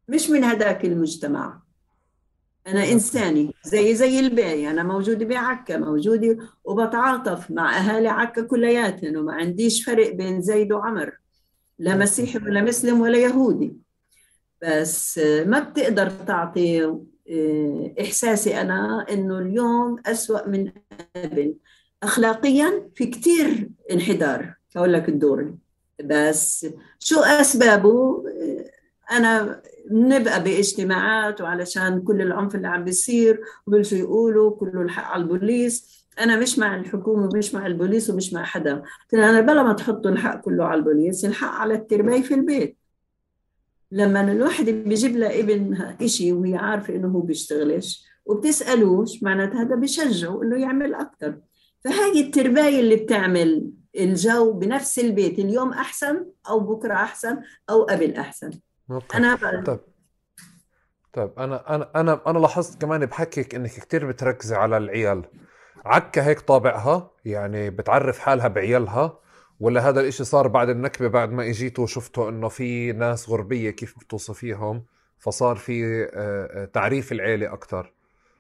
مش من هذاك المجتمع. أنا اوكي. إنساني زي الباقي، أنا موجودة بعكا، موجودة وبتعاطف مع أهالي عكا كلياتهم، وما عنديش فرق بين زيد وعمر، لا اوكي. مسيحي ولا مسلم ولا يهودي. بس ما بتقدر تعطي إحساسي أنا إنه اليوم أسوأ من قبل. أخلاقيا في كتير انحدار، أقول لك الدوري. بس شو أسبابه؟ أنا بنبقى باجتماعات وعلشان كل العنف اللي عم بيصير وبلشوا يقولوا كله الحق على البوليس. أنا مش مع الحكومة ومش مع البوليس ومش مع حدا. قلت لها أنا بلا ما تحطوا الحق كله على البوليس، الحق على التربية في البيت. لما الواحد بيجيب لابنها إشي وهي عارفة إنه هو بيشتغلش وبتسألوش، معناتها هذا بيشجعه إنه يعمل أكتر. فهاي الترباية اللي بتعمل الجو بنفس البيت اليوم أحسن أو بكرة أحسن أو قبل أحسن. اوكي. أنا طيب. طيب انا لاحظت كمان بحكيك انك كتير بتركزي على العيال. عكا هيك طابعها، يعني بتعرف حالها بعيالها، ولا هذا الاشي صار بعد النكبة، بعد ما اجيتوا وشفتوا انه في ناس غربية كيف بتوصفيهم، فصار في تعريف العيلة اكتر؟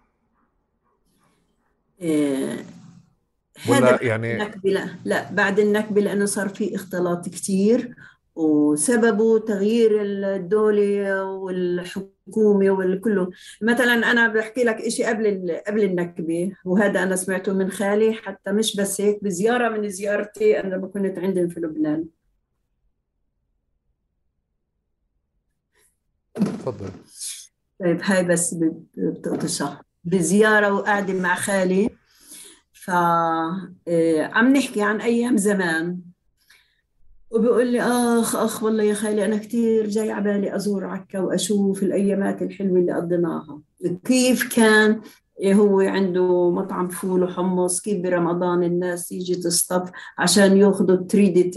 آه، هذا ولا بعد يعني النكبة. لا بعد النكبة، لأنه صار في اختلاط كتير، وسببه تغيير الدولة والحكومة والكله. مثلا أنا بحكي لك إشي قبل النكبة، وهذا أنا سمعته من خالي، حتى مش بس هيك، بزيارة من زيارتي أنا لما كنت عندهم في لبنان. تفضل. طيب هاي بس بتقطشها بزيارة وقاعدة مع خالي. عم نحكي عن أيام زمان، وبيقول لي أخ والله يا خالي أنا كتير جاي عبالي أزور عكا وأشوف الأيامات الحلوة اللي قضيناها. كيف كان هو عنده مطعم فول وحمص، كيف برمضان الناس يجي تصطف عشان ياخذوا تريدة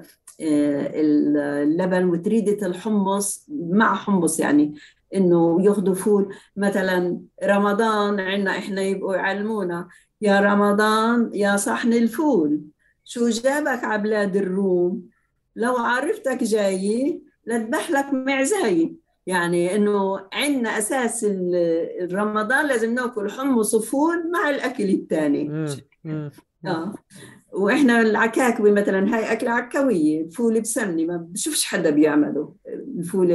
اللبن وتريدة الحمص مع حمص، يعني إنه ياخذوا فول. مثلا رمضان عنا إحنا يبقوا يعلمونا يا رمضان يا صحن الفول، شو جابك على بلاد الروم؟ لو عرفتك جاي لذبح لك معزاي. يعني انه عندنا اساس رمضان لازم ناكل حمص وفول مع الاكل الثاني. مم. اه. واحنا العكاكبه مثلا هاي اكله عكاويه، الفول بسمنه ما بشوفش حدا بيعمله، الفول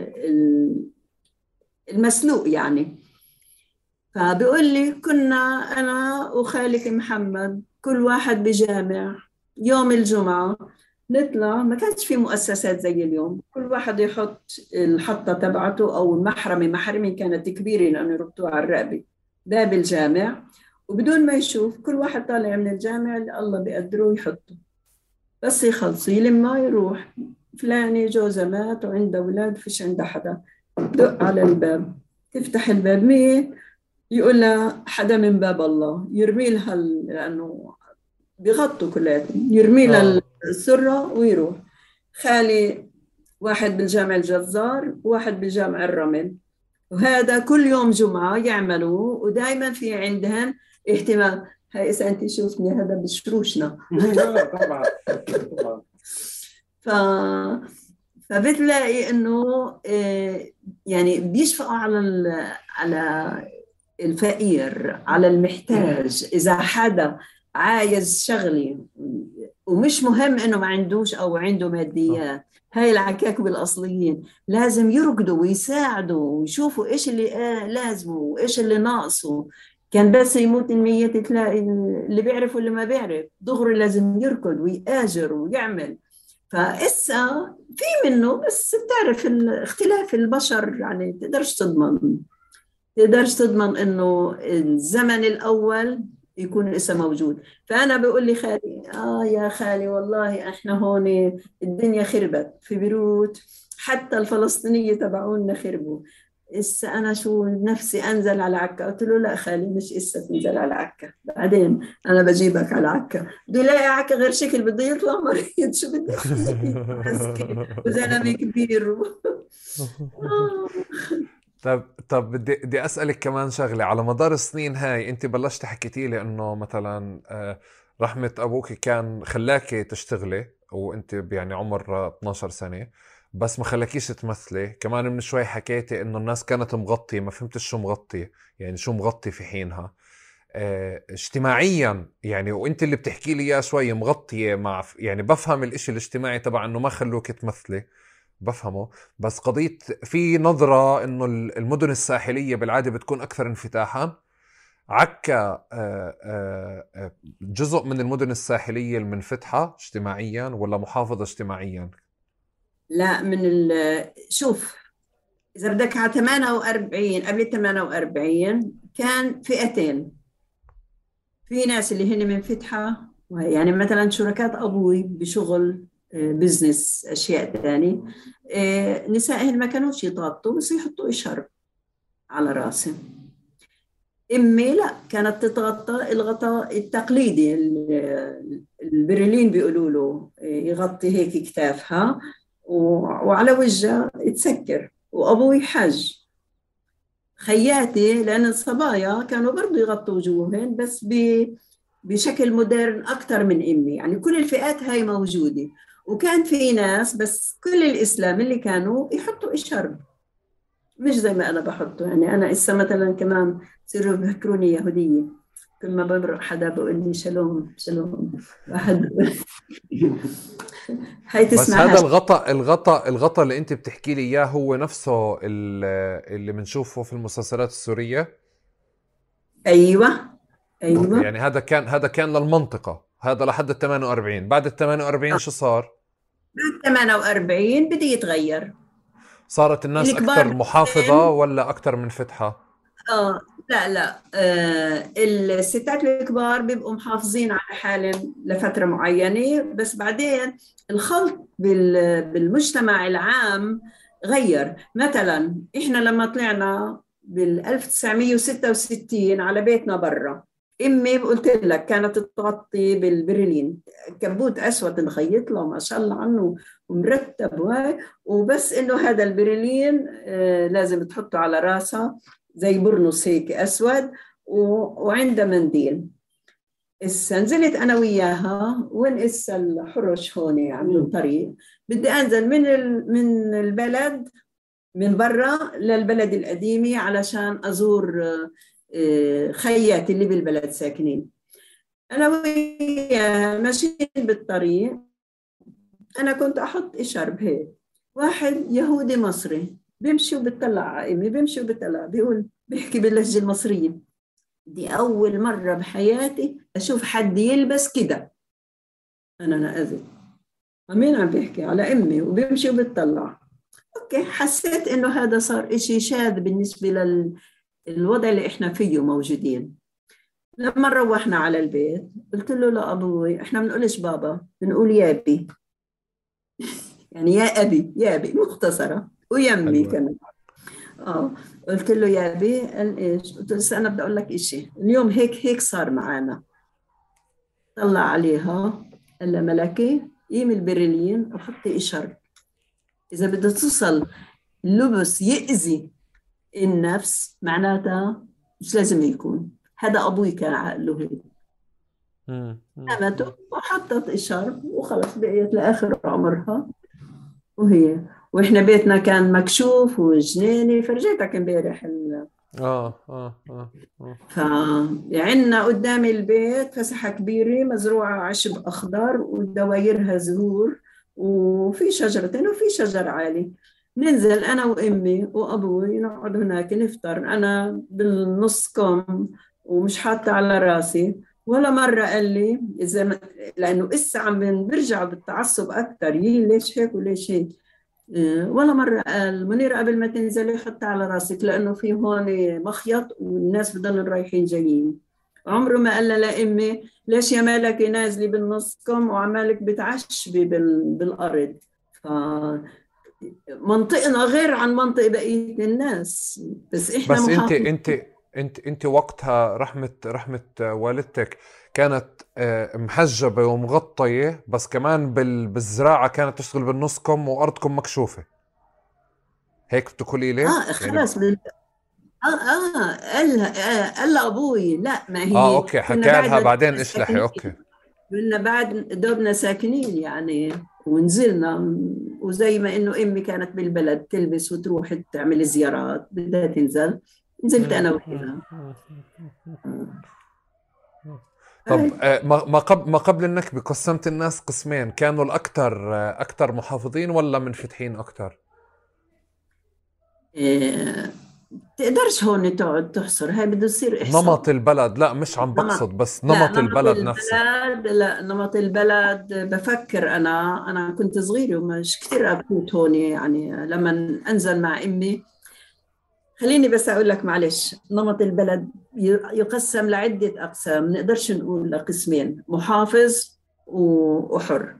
المسلوق يعني. فبيقول لي كنا انا وخالك محمد كل واحد بجامع يوم الجمعه نطلع، ما كانش في مؤسسات زي اليوم، كل واحد يحط الحطة تبعته أو محرمة كانت كبيرة لأنه يربطوها على الرقبة باب الجامع، وبدون ما يشوف كل واحد طالع من الجامع اللي الله بيقدره يحطه. بس يخلص يلما يروح، فلانة جوزها مات وعنده أولاد فيش عنده حدا، دق على الباب، تفتح الباب مين؟ يقول لها حدا من باب الله، يرمي لها لأنه بيغطوا كلياتهم، يرمي لها اه. السرة ويروح. خالي واحد بالجامع الجزار وواحد بالجامع الرمل، وهذا كل يوم جمعة يعملوا، ودائما في عندهم اهتمام. هاي إذا أنت شوفني هذا بشروشنا. لا طبعا طبعا. ف... فبتلاقي إنه يعني بيشفقوا على الفقير، على المحتاج. إذا حدا عايز شغلي ومش مهم إنه ما عندوش أو عنده صح. ماديات، هاي العكاكب الأصليين لازم يركضوا ويساعدوا ويشوفوا إيش اللي لازمه وإيش اللي ناقصه. كان بس يموت الميت تلاقي اللي بيعرف واللي ما بيعرف دغري لازم يركض ويآجر ويعمل. فإسا في منه، بس بتعرف اختلاف البشر، يعني تقدرش تضمن انه الزمن الاول يكون لسه موجود. فانا بقول لي خالي يا خالي والله احنا هون الدنيا خربت في بيروت، حتى الفلسطينيه تبعونا خربوا. إسا أنا شو نفسي أنزل على عكا؟ قلت له لا خالي مش إسا تنزل على عكا، بعدين أنا بجيبك على عكا. بده يلاقي عكا غير شكل، بده يطلع مريض، شو بدي فيه مسكين وزلمة كبير طب بدي اسالك كمان شغله. على مدار السنين هاي انت بلشت حكيتي لي انه مثلا رحمه ابوك كان خلاكي تشتغلي وانت يعني عمر 12 سنه، بس ما خلاكيش تمثلي. كمان من شوي حكيتي انه الناس كانت مغطية، ما فهمتش شو مغطية، يعني شو مغطي في حينها. اجتماعيا يعني، وانت اللي بتحكي لي اياه شوي مغطية مع، يعني بفهم الاشي الاجتماعي تبع انه ما خلوك تمثلي، بفهمه. بس قضية في نظرة انه المدن الساحلية بالعادة بتكون اكثر انفتاحا. عكا جزء من المدن الساحلية المنفتحة اجتماعيا ولا محافظة اجتماعيا؟ لا، شوف، إذا بدك على 48، قبل 48 كان فئتين. في ناس اللي هن منفتحة، يعني مثلا شركات أبوي بشغل بزنس أشياء تاني، نسائهن ما كانوش يتغطوا بس يحطوا إشارب على راسهم. امي لا، كانت تتغطى الغطاء التقليدي، البرلين بيقولوا له، يغطي هيك كتافها وعلى وجهها تسكر. وابوي حج. خياتي لان الصبايا كانوا برضو يغطوا وجوههم بس بشكل مودرن اكثر من امي، يعني كل الفئات هاي موجوده. وكان في ناس بس كل الاسلام اللي كانوا يحطوا اشارب، مش زي ما أنا بحطه. يعني أنا إسا مثلا كمان صيروا بيفكروني يهودية، كل ما بمرق حدا بقول لي شالوم شالوم. واحد هاي بس هذا تسمعهاش. الغطاء اللي انت بتحكي لي اياه هو نفسه اللي بنشوفه في المسلسلات السورية؟ أيوة اوكي، أيوة. يعني هذا كان للمنطقة، هذا لحد ال 48. بعد ال 48 شو صار؟ 48 بدي يتغير. صارت الناس الكبار اكثر محافظة بالسن، ولا اكثر منفتحة؟ لا لا، الستات الكبار بيبقوا محافظين على حالهم لفترة معينة، بس بعدين الخلط بالمجتمع العام غير. مثلا احنا لما طلعنا بال 1966 على بيتنا برا، امي قلت لك كانت تغطي بالبرلين، كبوت اسود نخيط له ما شاء الله عنه ومرتب وهاي. وبس انه هذا البرلين لازم تحطه على راسها زي برنس هيك أسود، وعنده منديل. إسا نزلت أنا وياها، وين إسا الحرش هون عند الطريق، بدي أنزل من البلد من برا للبلد القديمة علشان أزور خياتي اللي بالبلد ساكنين. أنا وياها ماشيين بالطريق، أنا كنت أحط إشارب هيك. واحد يهودي مصري بيمشي وبيطلع على إمي، بيمشي وبيطلع، بيحكي باللهجة المصرية. دي أول مرة بحياتي أشوف حد يلبس كده. أنا نأذت، مين عم بيحكي على أمي وبيمشي وبيطلع. أوكي، حسيت إنه هذا صار إشي شاذ بالنسبة للوضع اللي إحنا فيه موجودين. لما روحنا على البيت قلت له لأبوي إحنا بنقولش بابا، بنقول يابي، يعني يا أبي، يا أبي مختصرة، ويمي حلوة. كمان. قلت له يا أبي. قال إيش؟ قلت له أنا بدي أقول لك إشي، اليوم هيك صار معانا. طلع عليها، قال لها ملكي قيمي البرلين وحطي إشر. إذا بدها توصل اللبس يأذي النفس معناتها مش لازم يكون. هذا أبوي كان عقله هيك. مم. مم. قامت وحطت إشر وخلص بقيت لآخر عمرها وهي. وإحنا بيتنا كان مكشوف وجنيني، فرجيتك امبارح اه اه اه اه. فعنا قدام البيت فسحة كبيرة مزروعة عشب أخضر ودوايرها زهور، وفي شجرتين وفي شجر عالي. ننزل أنا وأمي وأبوي نقعد هناك نفطر، أنا بالنص كم ومش حاطة على راسي. ولا مرة قال لي لأنه إسا عم برجع بالتعصب أكثر، ليش هيك وليش هيك. ولا مرة قال منير قبل ما تنزلي حطي على راسك لأنه في هون مخيط والناس بضلوا رايحين جايين. عمره ما قال لأمي ليش يا مالك نازلة بالنص كم وعمالك بتعشبي بالأرض. فمنطقنا غير عن منطق بقية الناس، بس إحنا بس انت محافظين. انت انت وقتها رحمة والدتك كانت محجبة ومغطية، بس كمان بالزراعة كانت تشتغل بالنص كم وارضكم مكشوفة، هيك بتقولي لي يعني؟ خلاص قال لأبوي لا، ما اه هي اوكي، كنا حكى لها بعدنا بعدين اشلحي. ساكنين، اوكي. كنا بعد دوبنا ساكنين يعني. ونزلنا. وزي ما إنه أمي كانت بالبلد تلبس وتروح تعمل زيارات بدها تنزل، نزلت أنا وإياها. طب ما قبل النكبة قسمت الناس قسمين، كانوا الأكثر محافظين ولا منفتحين أكثر؟ تقدرش هون تقعد تحصر، هاي بده يصير إحصاء. نمط البلد، لا مش عم بقصد، بس نمط البلد نفسه. لا نمط البلد بفكر أنا كنت صغيرة ومش كثير أبكوت هون، يعني لما أنزل مع أمي. خليني بس أقول لك معلش، نمط البلد يقسم لعدة أقسام، نقدرش نقول لقسمين، محافظ وحر.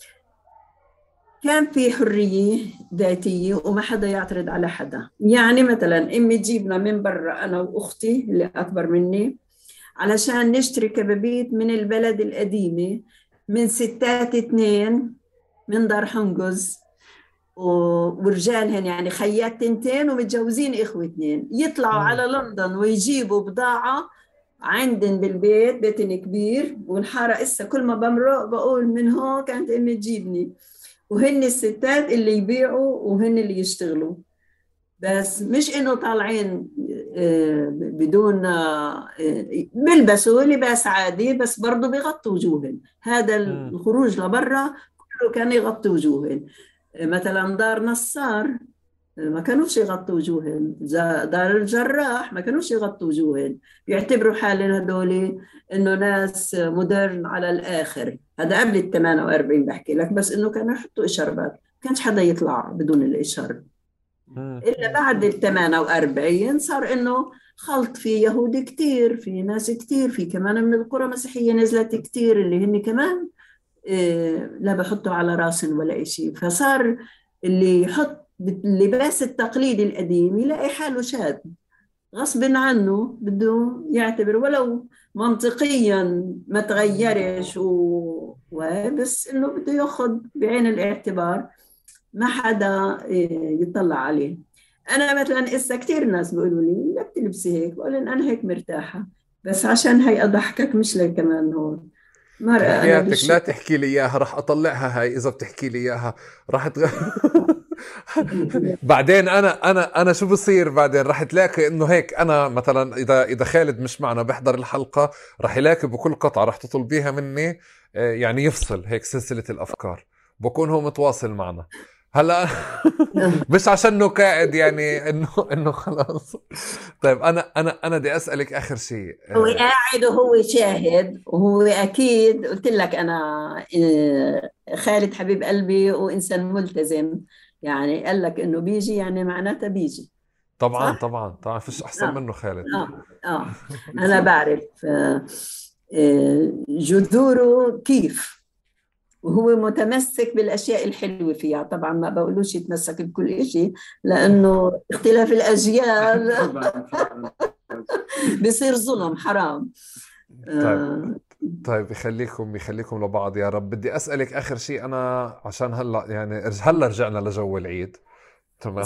كان في حرية ذاتية وما حدا يعترض على حدا. يعني مثلا أمي تجيبنا من برا أنا وأختي اللي أكبر مني علشان نشتري كبابيت من البلد القديمة، من ستات 2 من دار حنقز، ورجالهن يعني خيات 2 ومتجوزين إخوة 2، يطلعوا على لندن ويجيبوا بضاعة عندن بالبيت، بيتن كبير والحارة. إسا كل ما بمرق بقول من هون كانت أمي تجيبني، وهن الستات اللي يبيعوا وهن اللي يشتغلوا. بس مش إنه طالعين بدون بيلبسوا لباس عادي، بس برضو بيغطوا وجوهن. هذا الخروج لبرا كله كان يغطي وجوهن. مثلا دار نصار ما كانوش يغطوا وجوهن، دار الجراح ما كانوش يغطوا وجوهن، بيعتبروا حالهم هدول انه ناس مودرن على الاخر. هذا قبل ال 48 بحكي لك، بس انه كانوا يحطوا اشاربات، كانش حدا يطلع بدون الاشارب. الا بعد ال 48 صار انه خلط، في يهود كتير، في ناس كتير، في كمان من القرى مسيحية نزلت كتير اللي هن كمان لا بحطوا على راسن ولا إشي. فصار اللي يحط اللباس التقليدي القديم يلاقي حاله شاذ، غصب عنه بده يعتبر ولو منطقيا ما تغيرش بس انه بده ياخذ بعين الاعتبار، ما حدا يطلع عليه. انا مثلا اسا كثير ناس بيقولوا لي لا بتلبسي هيك، بقول انا هيك مرتاحه، بس عشان هي اضحكك مش لي كمان هون مرأة. أنا حياتك لا تحكي لي إياها، رح أطلعها هاي إذا بتحكي لي إياها رح بعدين أنا شو بصير بعدين؟ رح تلاقي إنه هيك أنا مثلا إذا خالد مش معنا بحضر الحلقة رح يلاقي بكل قطعة رح تطلبيها مني يعني يفصل هيك سلسلة الأفكار، بكون هو متواصل معنا هلا مش عشانه قاعد يعني انه خلاص. طيب انا بدي اسالك اخر شيء. هو قاعد وهو شاهد، وهو اكيد قلت لك انا خالد حبيب قلبي وانسان ملتزم، يعني قال لك انه بيجي يعني معناتها بيجي. طبعا صح؟ طبعا طبعا فيش احسن منه خالد. انا بعرف جذوره كيف، وهو متمسك بالأشياء الحلوة فيها. طبعا ما بقولوش يتمسك بكل شيء لأنه اختلاف الأجيال بيصير ظلم حرام. طيب يخليكم لبعض يا رب. بدي أسألك آخر شيء أنا عشان هلا رجعنا لجو العيد، تمام؟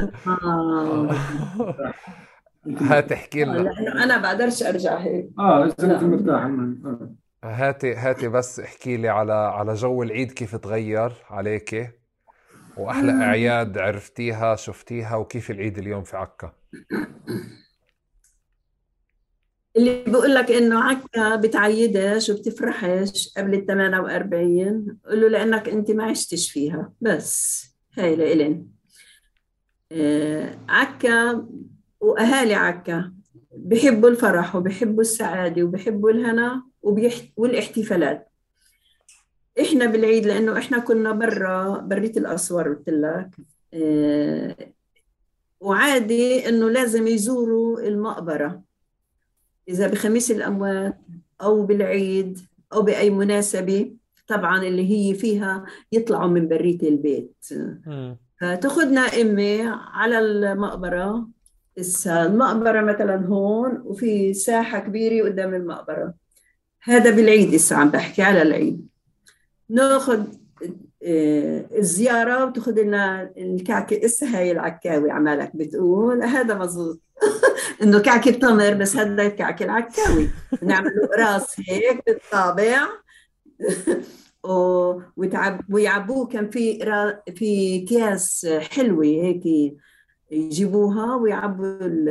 هاتحكي لنا. لأنه أنا بقدرش أرجع هيك. إذا أنت مرتاح. هاتي بس احكي لي على جو العيد، كيف تغير عليكي، وأحلى أعياد عرفتيها شفتيها، وكيف العيد اليوم في عكا. اللي بقول لك إنه عكا بتعيدش وبتفرحش قبل ال 48، قل له لأنك أنت ما عشتش فيها. بس هاي لإلين عكا وأهالي عكا بيحبوا الفرح وبيحبوا السعادة وبيحبوا الهنا والاحتفالات. إحنا بالعيد لأنه إحنا كنا برية الأسوار قلت لك، وعادي إنه لازم يزوروا المقبرة إذا بخميس الأموات أو بالعيد أو بأي مناسبة، طبعا اللي هي فيها يطلعوا من برية البيت. فتأخذنا أمي على المقبرة. المقبرة مثلا هون وفي ساحة كبيرة قدام المقبرة، هذا بالعيد. عم بحكي على العيد. ناخذ الزيارة وتأخذ لنا الكعكة. هاي العكاوي عمالك بتقول هذا مزبوط إنه كعكة تمر، بس هذا الكعكة العكاوي نعمل راس هيك بالطابع ويعبوه. كان في أكياس حلوة هيك يجيبوها ويعبوا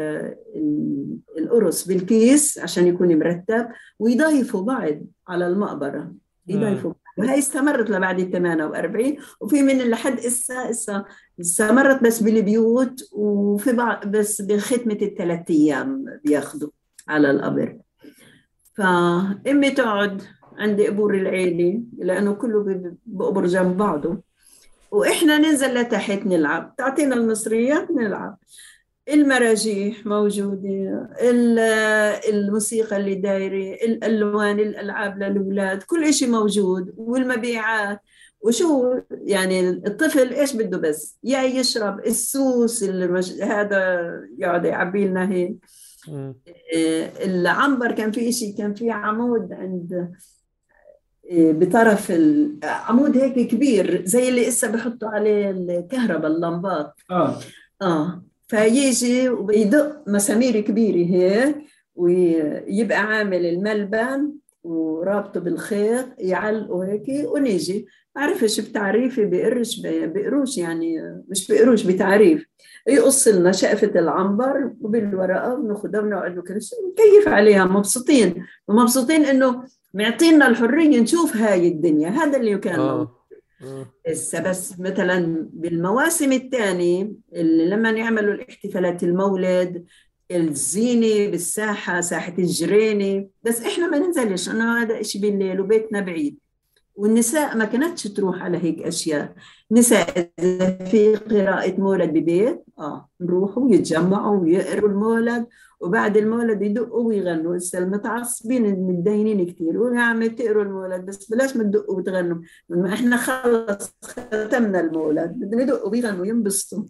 القرص بالكيس عشان يكون مرتب، ويضيفوا بعض على المقبرة، يضيفوا. وهي استمرت لبعد ال 48، وفي من لحد إسا استمرت بس بالبيوت، وفي بعض بس بختمة ال3 أيام بياخدوا على القبر. فأمي تقعد عند قبور العيلة لأنه كله بقبر جنب بعضه، وإحنا ننزل لتحت نلعب، تعطينا المصريات نلعب. المراجيح موجودة، الموسيقى اللي دايرة، الألوان، الألعاب للأولاد، كل إشي موجود، والمبيعات. وشو يعني الطفل إيش بده بس يا يشرب السوس هذا يقعد يعبي لنا هيك. العنبر كان في إشي، كان في عمود عند بطرف العمود هيك كبير زي اللي إسا بحطوا عليه الكهرباء، اللمبات. فيجي ويدق مسامير كبيرة هيك، ويبقى عامل الملبن ورابطه بالخيط يعلقه هيك، ونيجي بعرفش بتعريفي بقروش يعني، مش بقروش بتعريف، يقص لنا شقفة العنبر وبالورقة وناخدها ونقعد نكيف عليها، مبسوطين ومبسوطين إنه معطينا الحرية نشوف هاي الدنيا. هذا اللي كان موجود. بس مثلا بالمواسم الثانية اللي لما يعملوا الاحتفالات، المولد، الزينة بالساحة، ساحة الجرينة، بس إحنا ما ننزلش، أنا هذا إشي بالليل وبيتنا بعيد، والنساء ما كانتش تروح على هيك أشياء. نساء إذا في قراءة مولد ببيت نروحوا ويتجمعوا ويقروا المولد، وبعد المولد يدقوا ويغنوا. لسه المتعصبين المتدينين كثير يقولوا يا عمي تقروا المولد بس بلاش ما تدقوا وتغنوا، ما احنا خلص ختمنا المولد، بدنا يدقوا ويغنوا ينبسطوا.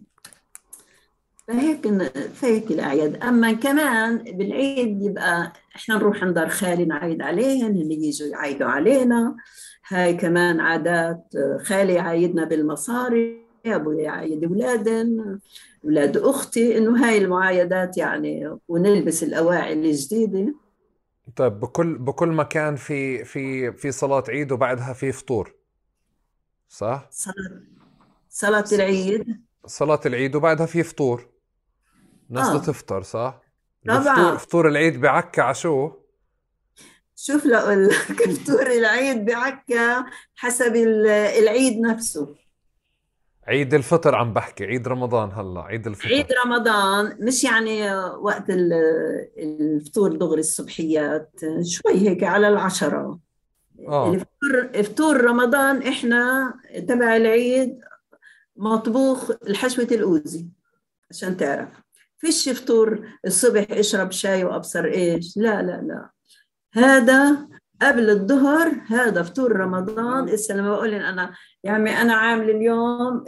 فهيك الأعياد. أما كمان بالعيد يبقى إحنا نروح نضر خالي نعيد عليهم، اللي يجوا يعيدوا علينا. هاي كمان عادات، خالي يعيدنا بالمصاري، أبوي يعيد أولادن، أولاد أختي، إنه هاي المعايدات يعني، ونلبس الأواعي الجديدة. طيب بكل مكان في صلاة عيد وبعدها في فطور، صح؟ صلاة العيد، صلاة العيد وبعدها في فطور، ناس تفطر، صح؟ طبعا. فطور العيد بعكا عشو؟ شوف لأقول لك فطور العيد بعكا حسب العيد نفسه. عيد الفطر عم بحكي، عيد رمضان، هلا عيد الفطر. عيد رمضان مش يعني وقت الفطور دغري الصبحيات، شوي هيك على 10. فطور رمضان احنا تبع العيد مطبوخ الحشوة الأوزي، عشان تعرف فيش فطور الصبح اشرب شاي وأبصر ايش، لا لا لا، هذا قبل الظهر، هذا فطور رمضان. إسا لما بقول أنا يعني أنا عامل اليوم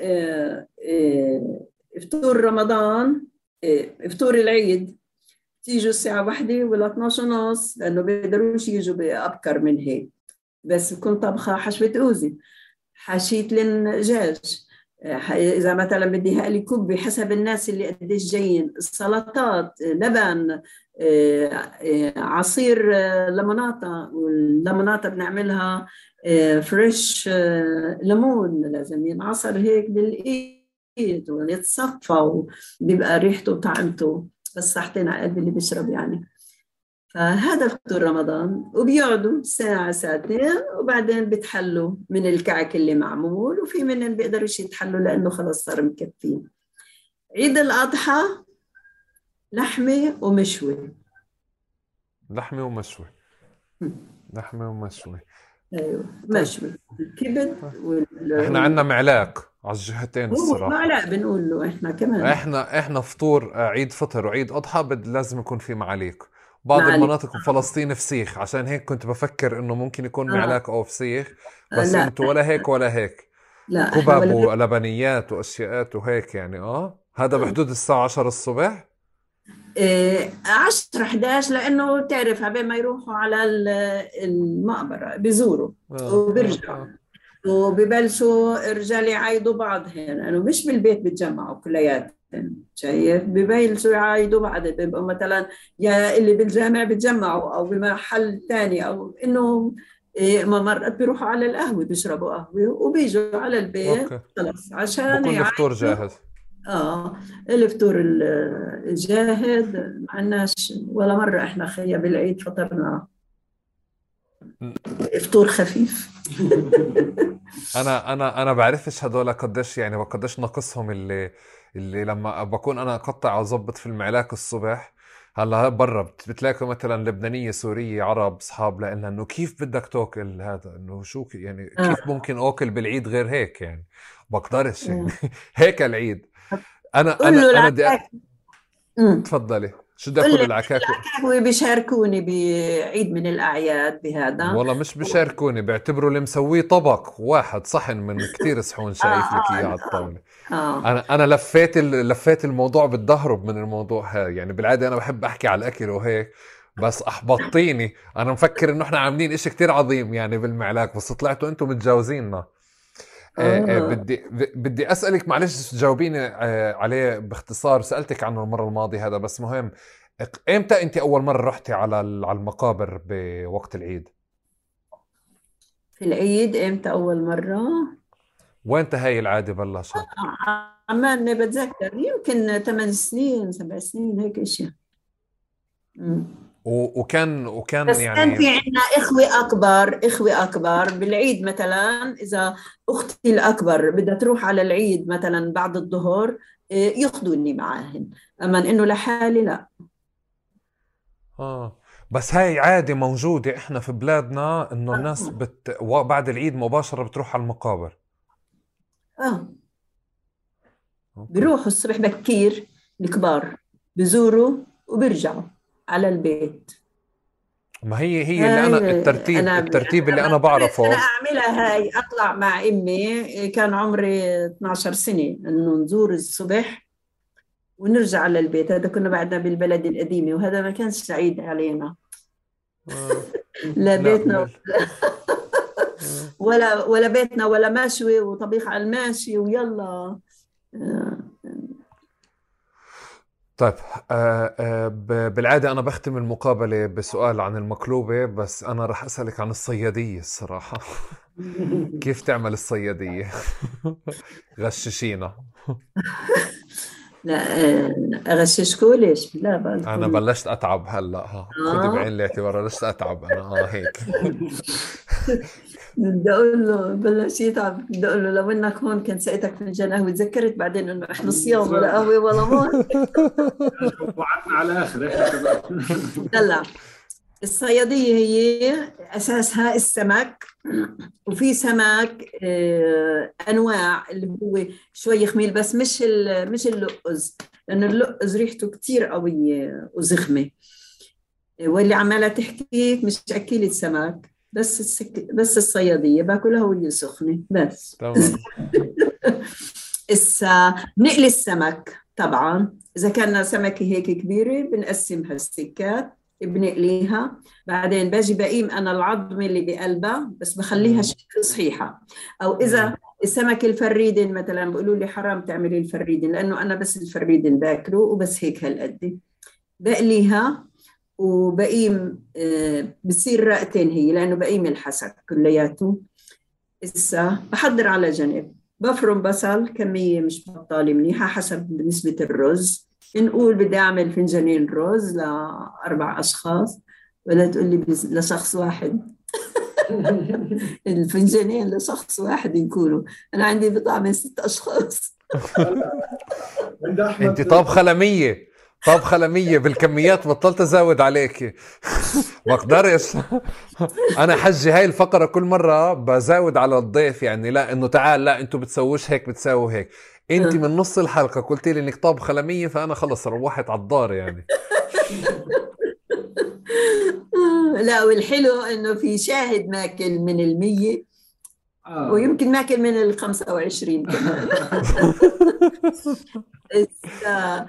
فطور رمضان، فطور العيد، تيجوا الساعة 1 ولا 12:30، لأنه بيقدروش يجوا بأبكر من هيك. بس كنت طبخة حشوة أوزي، حشيت لن دجاج، إذا مثلا بدي هقلي كوب بحسب الناس اللي قديش جايين، السلطات، لبن، عصير ليموناتا، والليموناتا بنعملها فريش ليمون، لازم ينعصر هيك بالإيد ويتصفى وبيبقى ريحته وطعمته، بس حاطين على قلب اللي بيشرب يعني. فهذا فطور رمضان، وبيقعدوا ساعة ساعتين وبعدين بيتحلوا من الكعك اللي معمول، وفي منهم بيقدروش يتحلوا لأنه خلص صار مكفين. عيد الأضحى لحمة ومشوي. لحمة ومشوي. لحمة ومشوي. ايوه مشوي، الكبد احنا عندنا معلاق على الجهتين الصراحة. معلاق بنقول له احنا كمان. احنا فطور عيد فطر وعيد أضحى لازم يكون في معاليق. بعض المناطق في فلسطين فسيخ، عشان هيك كنت بفكر انه ممكن يكون معلاق او فسيخ، بس انتوا ولا هيك ولا هيك. لا، كبب ولبنيات واشياءات وهيك يعني. هذا بحدود الساعة 10 الصبح. 10 11، لانه بتعرف عبين ما يروحوا على المقبرة بيزوروا وبيرجعوا، وببلشوا الرجال يعايدوا بعض هنا، لانه مش بالبيت بتجمعوا كلياتهم، شايف؟ ببلشوا يعايدوا بعض، بيبقوا مثلا يا اللي بالجامع بتجمعوا او بمحل ثاني، او انه ما مرات بيروحوا على القهوة بيشربوا قهوة وبيجوا على البيت اوكي، خلص عشان بكون الفطور يعيشوا. جاهز. الفطور الجاهد ما عندناش ولا مرة احنا خيا بالعيد فطرنا فطور خفيف. انا بعرفش هدول قديش يعني قديش ناقصهم اللي لما بكون انا اقطع اظبط في المعلاك الصبح. هلا برا بتلاقي مثلا لبنانيه سوريه عرب اصحاب لنا انه كيف بدك تاكل هذا، انه شو يعني آه. كيف ممكن اكل بالعيد غير هيك يعني. بقدرش يعني. هيك العيد. انا قول له انا انا بدي العكاك. أمم. تفضلي شو بدي قل اكل لي العكاك. العكاك بيشاركوني بعيد من الأعياد بهذا. والله مش بشاركوني، بيعتبروا اللي مسويه طبق واحد صحن من كتير صحون آه شايف لك اياه آه على الطاولة. آه انا لفيت الموضوع بالدهرب من الموضوع هاي يعني. بالعاده انا بحب احكي على الاكل وهيك، بس احبطتيني. انا مفكر انه احنا عاملين اشي كتير عظيم يعني بالمعلاك، بس طلعتوا انتم متجاوزيننا. آه بدي اسالك معلش تجاوبيني عليه باختصار. سالتك عنه المره الماضيه هذا بس مهم. امتى انت اول مره رحتي على المقابر بوقت العيد؟ في العيد إمتى أول مرة؟ وين هاي العاده بلشت؟ عمان بتذكر يمكن 8 سنين 7 سنين هيك إشي. وكان بس كان في يعني عندنا إخوة أكبر بالعيد مثلا. إذا أختي الأكبر بدها تروح على العيد مثلا بعد الظهر ياخذوني معاهن. أما إنه لحالي لا. بس هاي عادة موجودة احنا في بلادنا انه الناس آه. بعد العيد مباشرة بتروح على المقابر. آه. اوكي. بيروحوا الصبح بكير الكبار بزوروا وبيرجعوا على البيت. ما هي اللي انا هاي أنا الترتيب اللي انا بدأت أنا بعرفه. أعملها. هاي أطلع مع أمي كان عمري 12 سنة إنه نزور الصبح ونرجع على البيت. هذا كنا بعدنا بالبلد القديمة وهذا ما كانش سعيد علينا. آه. لا لا بيتنا آه. ولا بيتنا ولا ماشوي وطبيخ على الماشي ويلا. آه، طيب. بالعادة أنا بختم المقابلة بسؤال عن المقلوبة، بس أنا رح أسألك عن الصيادية الصراحة. كيف تعمل الصيادية؟ غششينا. لا أغششكوا ليش؟ لا أنا بالكم. بلشت أتعب هلأ. خذي آه بعين الاعتبار بلشت أتعب أنا هيك. بدي اقول له بلش يتعب. بدي اقول له لو انك هون كان سقيتك فنجان قهوه. تذكرت بعدين انه احنا صيام ولا قهوه ولا مي. وعدنا على الاخر احنا كمان. هلا الصياديه هي اساسها السمك. وفي سمك انواع اللي هو شوي خميل بس مش اللقز. لانه اللقز ريحته كتير قويه وزخمه. واللي عماله تحكيك مش اكيله سمك بس بس الصياديه باكلها وهي سخنه بس. تمام. بنقلي السمك طبعا. اذا كان سمكه هيك كبيره بنقسمها السكات بنقليها. بعدين باجي بقيم انا العظم اللي بقلبها بس بخليها شبه صحيحه. او اذا السمك الفريدن مثلا بيقولوا لي حرام تعملي الفريدن لانه انا بس الفريدن باكله وبس هيك هالقد. بقليها وبقيم بصير رقتين هي لانه بقيم الحسك كلياته. هسه بحضر على جنب. بفرم بصل كمية مش بطالة منيحة حسب نسبة الرز. نقول بدي أعمل فنجانين رز ل4 أشخاص ولا تقول لي لشخص واحد. الفنجانين لشخص واحد يكونوا. أنا عندي بضع من 6 أشخاص. عند انت احمد. طبخة لمية بالكميات. بطلت ازود عليك. بقدرش. انا حجي هاي الفقرة كل مرة بزود على الضيف يعني. لا انه تعال، لا انتوا بتسووش هيك بتسووا هيك. انت من نص الحلقة قلتي لي انك طبخة لمية، فانا خلص روحت على الدار يعني. لا والحلو إنه في شاهد ماكل من 100 اه ويمكن ماكل من 25 كمان. إذا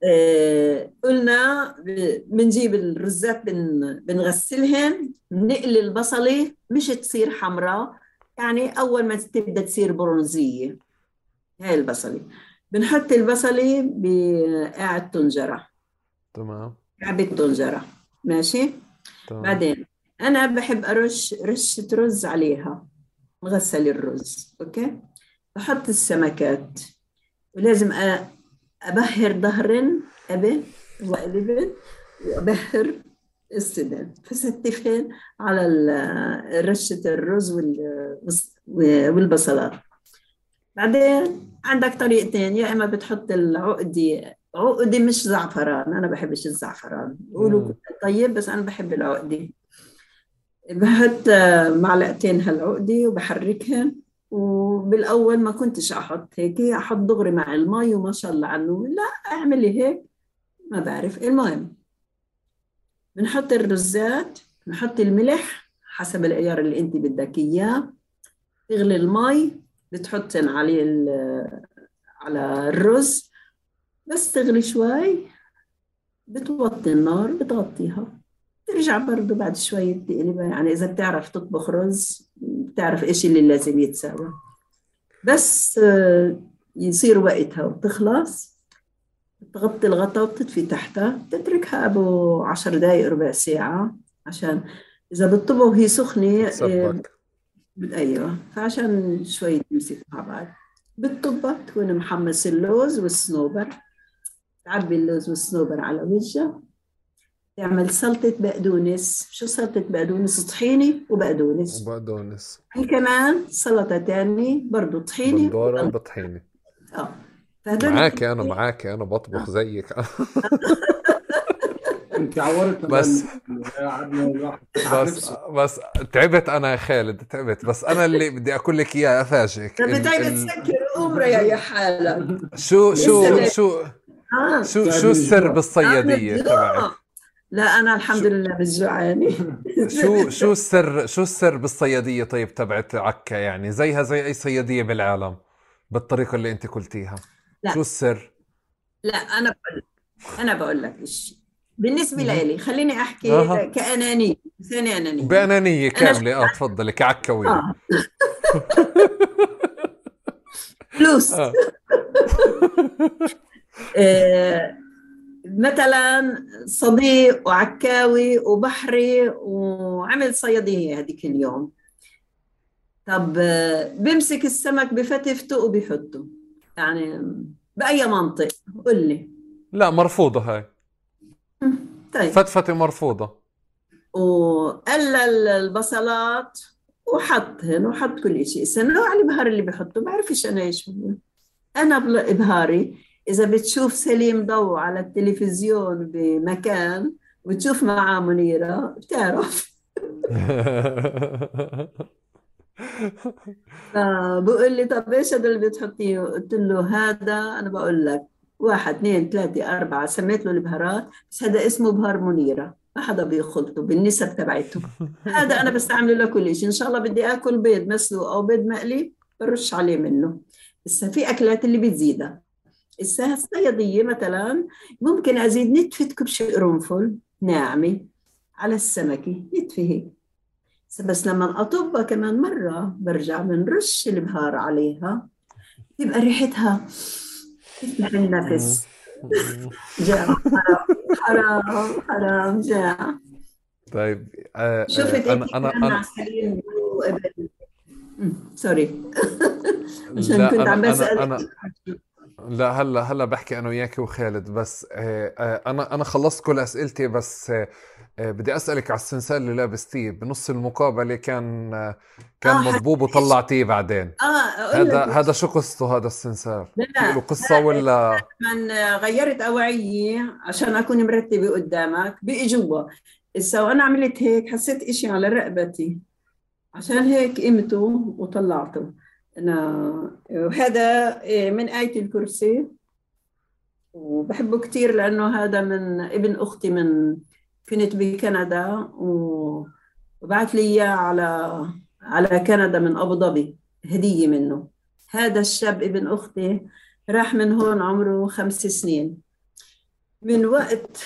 قلنا بنجيب الرزات بنغسلهن بنقلي البصلة مش تصير حمراء. يعني أول ما تبدأ تصير برونزية هاي البصلة بنحط البصلة بقاع الطنجرة. تمام. كعب الطنجرة ماشي. تمام. بعدين أنا بحب أرش رشة رز عليها، مغسل الرز، أوكي. بحط السمكات، ولازم أبهر ظهرن أبي وأقلبن، وأبهر السدن فستفين على رشة الرز والبصلات. بعدين عندك طريقتين، يا إما بتحط العقدي، عقدي مش زعفران، أنا بحبش الزعفران، بيقولوا طيب بس أنا بحب العقدي. بحط معلقتين هالعقدي وبحركهن. وبالأول ما كنتش أحط هيك، أحط دغري مع المي وما شاء الله عنه، لا أعملي هيك ما بعرف. المهم بنحط الرزات، نحط الملح حسب العيار اللي انت بدك اياه. تغلي المي، بتحطن عليه على الرز، بس تغلي شوي بتوطي النار، بتغطيها، ترجع برضو بعد شوية تقلبها. يعني إذا بتعرف تطبخ رز بتعرف إيش اللي لازم يتساوى. بس يصير وقتها وتخلص، تغطي الغطا وبتطفي تحتها، تتركها أبو 10 دقايق ربع ساعة، عشان إذا بتطبخ وهي سخنة تتسبك. أيوة، فعشان شوي تمسك مع بعض. بتطبخ تكون محمص اللوز والصنوبر، تعبي اللوز والصنوبر على وجهها. تعمل سلطة بقدونس. شو سلطة بقدونس؟ طحينة وبقدونس. وبقدونس. هي كمان سلطة تانية برضو طحينة بندورة بطحينة. اه فهدول معاك أنا بطبخ زيك. انت عورت بس يا عبنا الواحد فتح نفسه. بس تعبت أنا يا خالد، تعبت. بس أنا اللي بدي أقول لك إياه، أفاجئك. طب تعبت تسكر أمري يا حالك. شو لسه شو ده. شو اه تعب شو من السر الجوع. أنا بالصيادية الجوع. تبعك؟ لا أنا الحمد شو لله مش جوعانة. شو السر بالصيادية طيب تبعت عكا؟ يعني زيها زي أي صيادية بالعالم بالطريقة اللي أنت قلتيها. شو لا السر؟ لا، أنا بقول لك إيش بالنسبة لي. خليني أحكي اها. كأنانية، إنسانة أنانية. بأنانية أنا كاملة، تفضلي كعكوية. آه فلوس. اه. آه مثلا صديق وعكاوي وبحري وعمل صيادية هذيك اليوم. طب بمسك السمك بفتفته وبيحطه، يعني بأي منطق؟ قل لي. لا، مرفوضة هاي. طيب. فتفتة مرفوضة. وقلل البصلات وحطهن وحط كل شيء. نوع الإبهار اللي بحطه ما بعرفش أنا إيش هو. أنا إبهاري إذا بتشوف سليم ضوء على التلفزيون بمكان وتشوف معاه منيرة بتعرف. فبقول لي طب ايش هذا اللي بتحطيه؟ قلت له هذا انا بقول لك واحد اثنين ثلاثة أربعة، سميت له البهارات، بس هذا اسمه بهار منيرة، ما حدا بيخلطه بالنسب تبعته. هذا أنا بستعمله لكل شيء. إن شاء الله بدي آكل بيض مسلوق أو بيض مقلي برش عليه منه. بس في أكلات اللي بتزيدها. الصيادية مثلا ممكن أزيد نتفة كبشة قرنفل ناعمة على السمكة، نتفة هيك. بس لما أطبها كمان مرة برجع بنرش البهار عليها، تبقى ريحتها تفتح النفس. جاع. حرام حرام جاع. طيب. شفت انت كمان مع أنا سليم وابن. سوري. عشان لا، كنت عم بسأل. لا، هلا بحكي انا وياك وخالد. بس انا خلصت كل اسئلتي. بس بدي اسالك على السنسال اللي لابستيه بنص المقابله. كان مضبوب حكيت. وطلعتيه بعدين. اقول لك هذا شو قصته هذا السنسار؟ لا في له لا، قصه ولا؟ من غيرت أوعية عشان أكون مرتبة قدامك بقي جوا. إسا وأنا عملت هيك حسيت إشي على رقبتي، عشان هيك قمته وطلعته. أنا وهذا من آية الكرسي، وبحبه كتير لأنه هذا من ابن أختي، كنت بكندا وبعت لي إياه على كندا من أبو ظبي، هدية منه. هذا الشاب ابن أختي راح من هون عمره 5 سنين. من وقت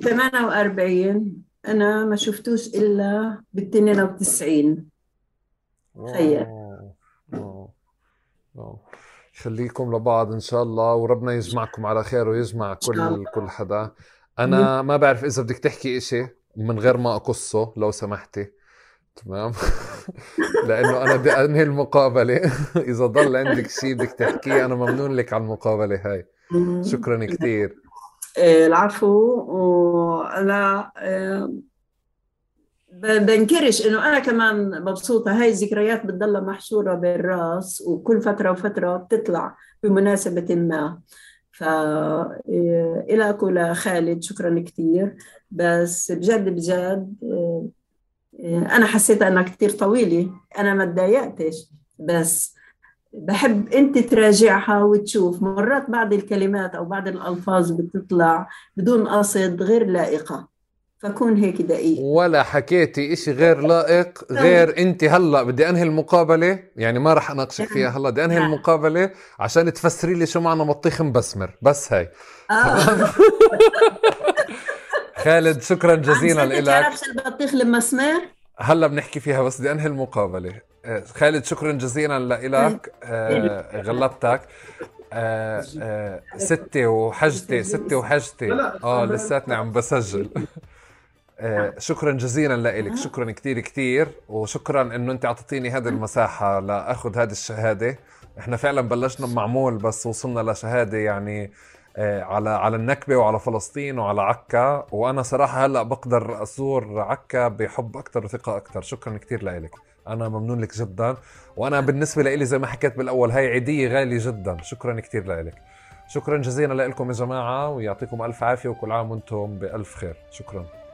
48 أنا ما شفتوش إلا بال92. تخيل. واو. واو. واو. خليكم لبعض ان شاء الله، وربنا يجمعكم على خير ويجمع إن شاء كل حدا. الله. انا ما بعرف اذا بدك تحكي اشي من غير ما اقصه لو سمحتي. تمام. لانه انا بدي انهي المقابله. اذا ضل عندك شيء بدك تحكيه انا ممنون لك على المقابله هاي. شكرا كثير. العفو. وأنا بنكرش إنه أنا كمان مبسوطة. هاي الذكريات بتضلها محشورة بالراس، وكل فترة وفترة بتطلع بمناسبة ما. إلك ولخالد شكرا كثير. بس بجد بجد أنا حسيت أنها كثير طويلة. أنا ما تضايقتش، بس بحب أنت تراجعها وتشوف مرات بعض الكلمات أو بعض الألفاظ بتطلع بدون قصد غير لائقة، فكون هيك دقيق. ولا حكيتي اشي غير لائق. غير انت هلا بدي انهي المقابله، يعني ما رح اناقشك فيها هلا، بدي انهي المقابله عشان تفسري لي شو معنى بطيخ مبسمر، بس هاي. تمام. خالد شكرا جزيلا لك. بتعرفش البطيخ المسمار؟ هلا بنحكي فيها، بس بدي انهي المقابله. خالد شكرا جزيلا لك. غلبتك. ستة وحجتي لساتني عم بسجل. شكرا جزيلا لك. شكرا كتير كتير، وشكرا انه انت اعطيتيني هذه المساحة لاخذ هذه الشهادة. احنا فعلا بلشنا بمعمول بس وصلنا لشهادة يعني على النكبة وعلى فلسطين وعلى عكا. وانا صراحة هلأ بقدر ازور عكا بحب اكتر وثقة اكتر. شكرا كتير لك، انا ممنون لك جدا. وانا بالنسبة لي زي ما حكيت بالاول هاي عيدية غالية جدا. شكرا كتير لك. شكرا جزيلا لكم يا جماعة، ويعطيكم الف عافية وكل عام وانتم بألف خير. شكرا.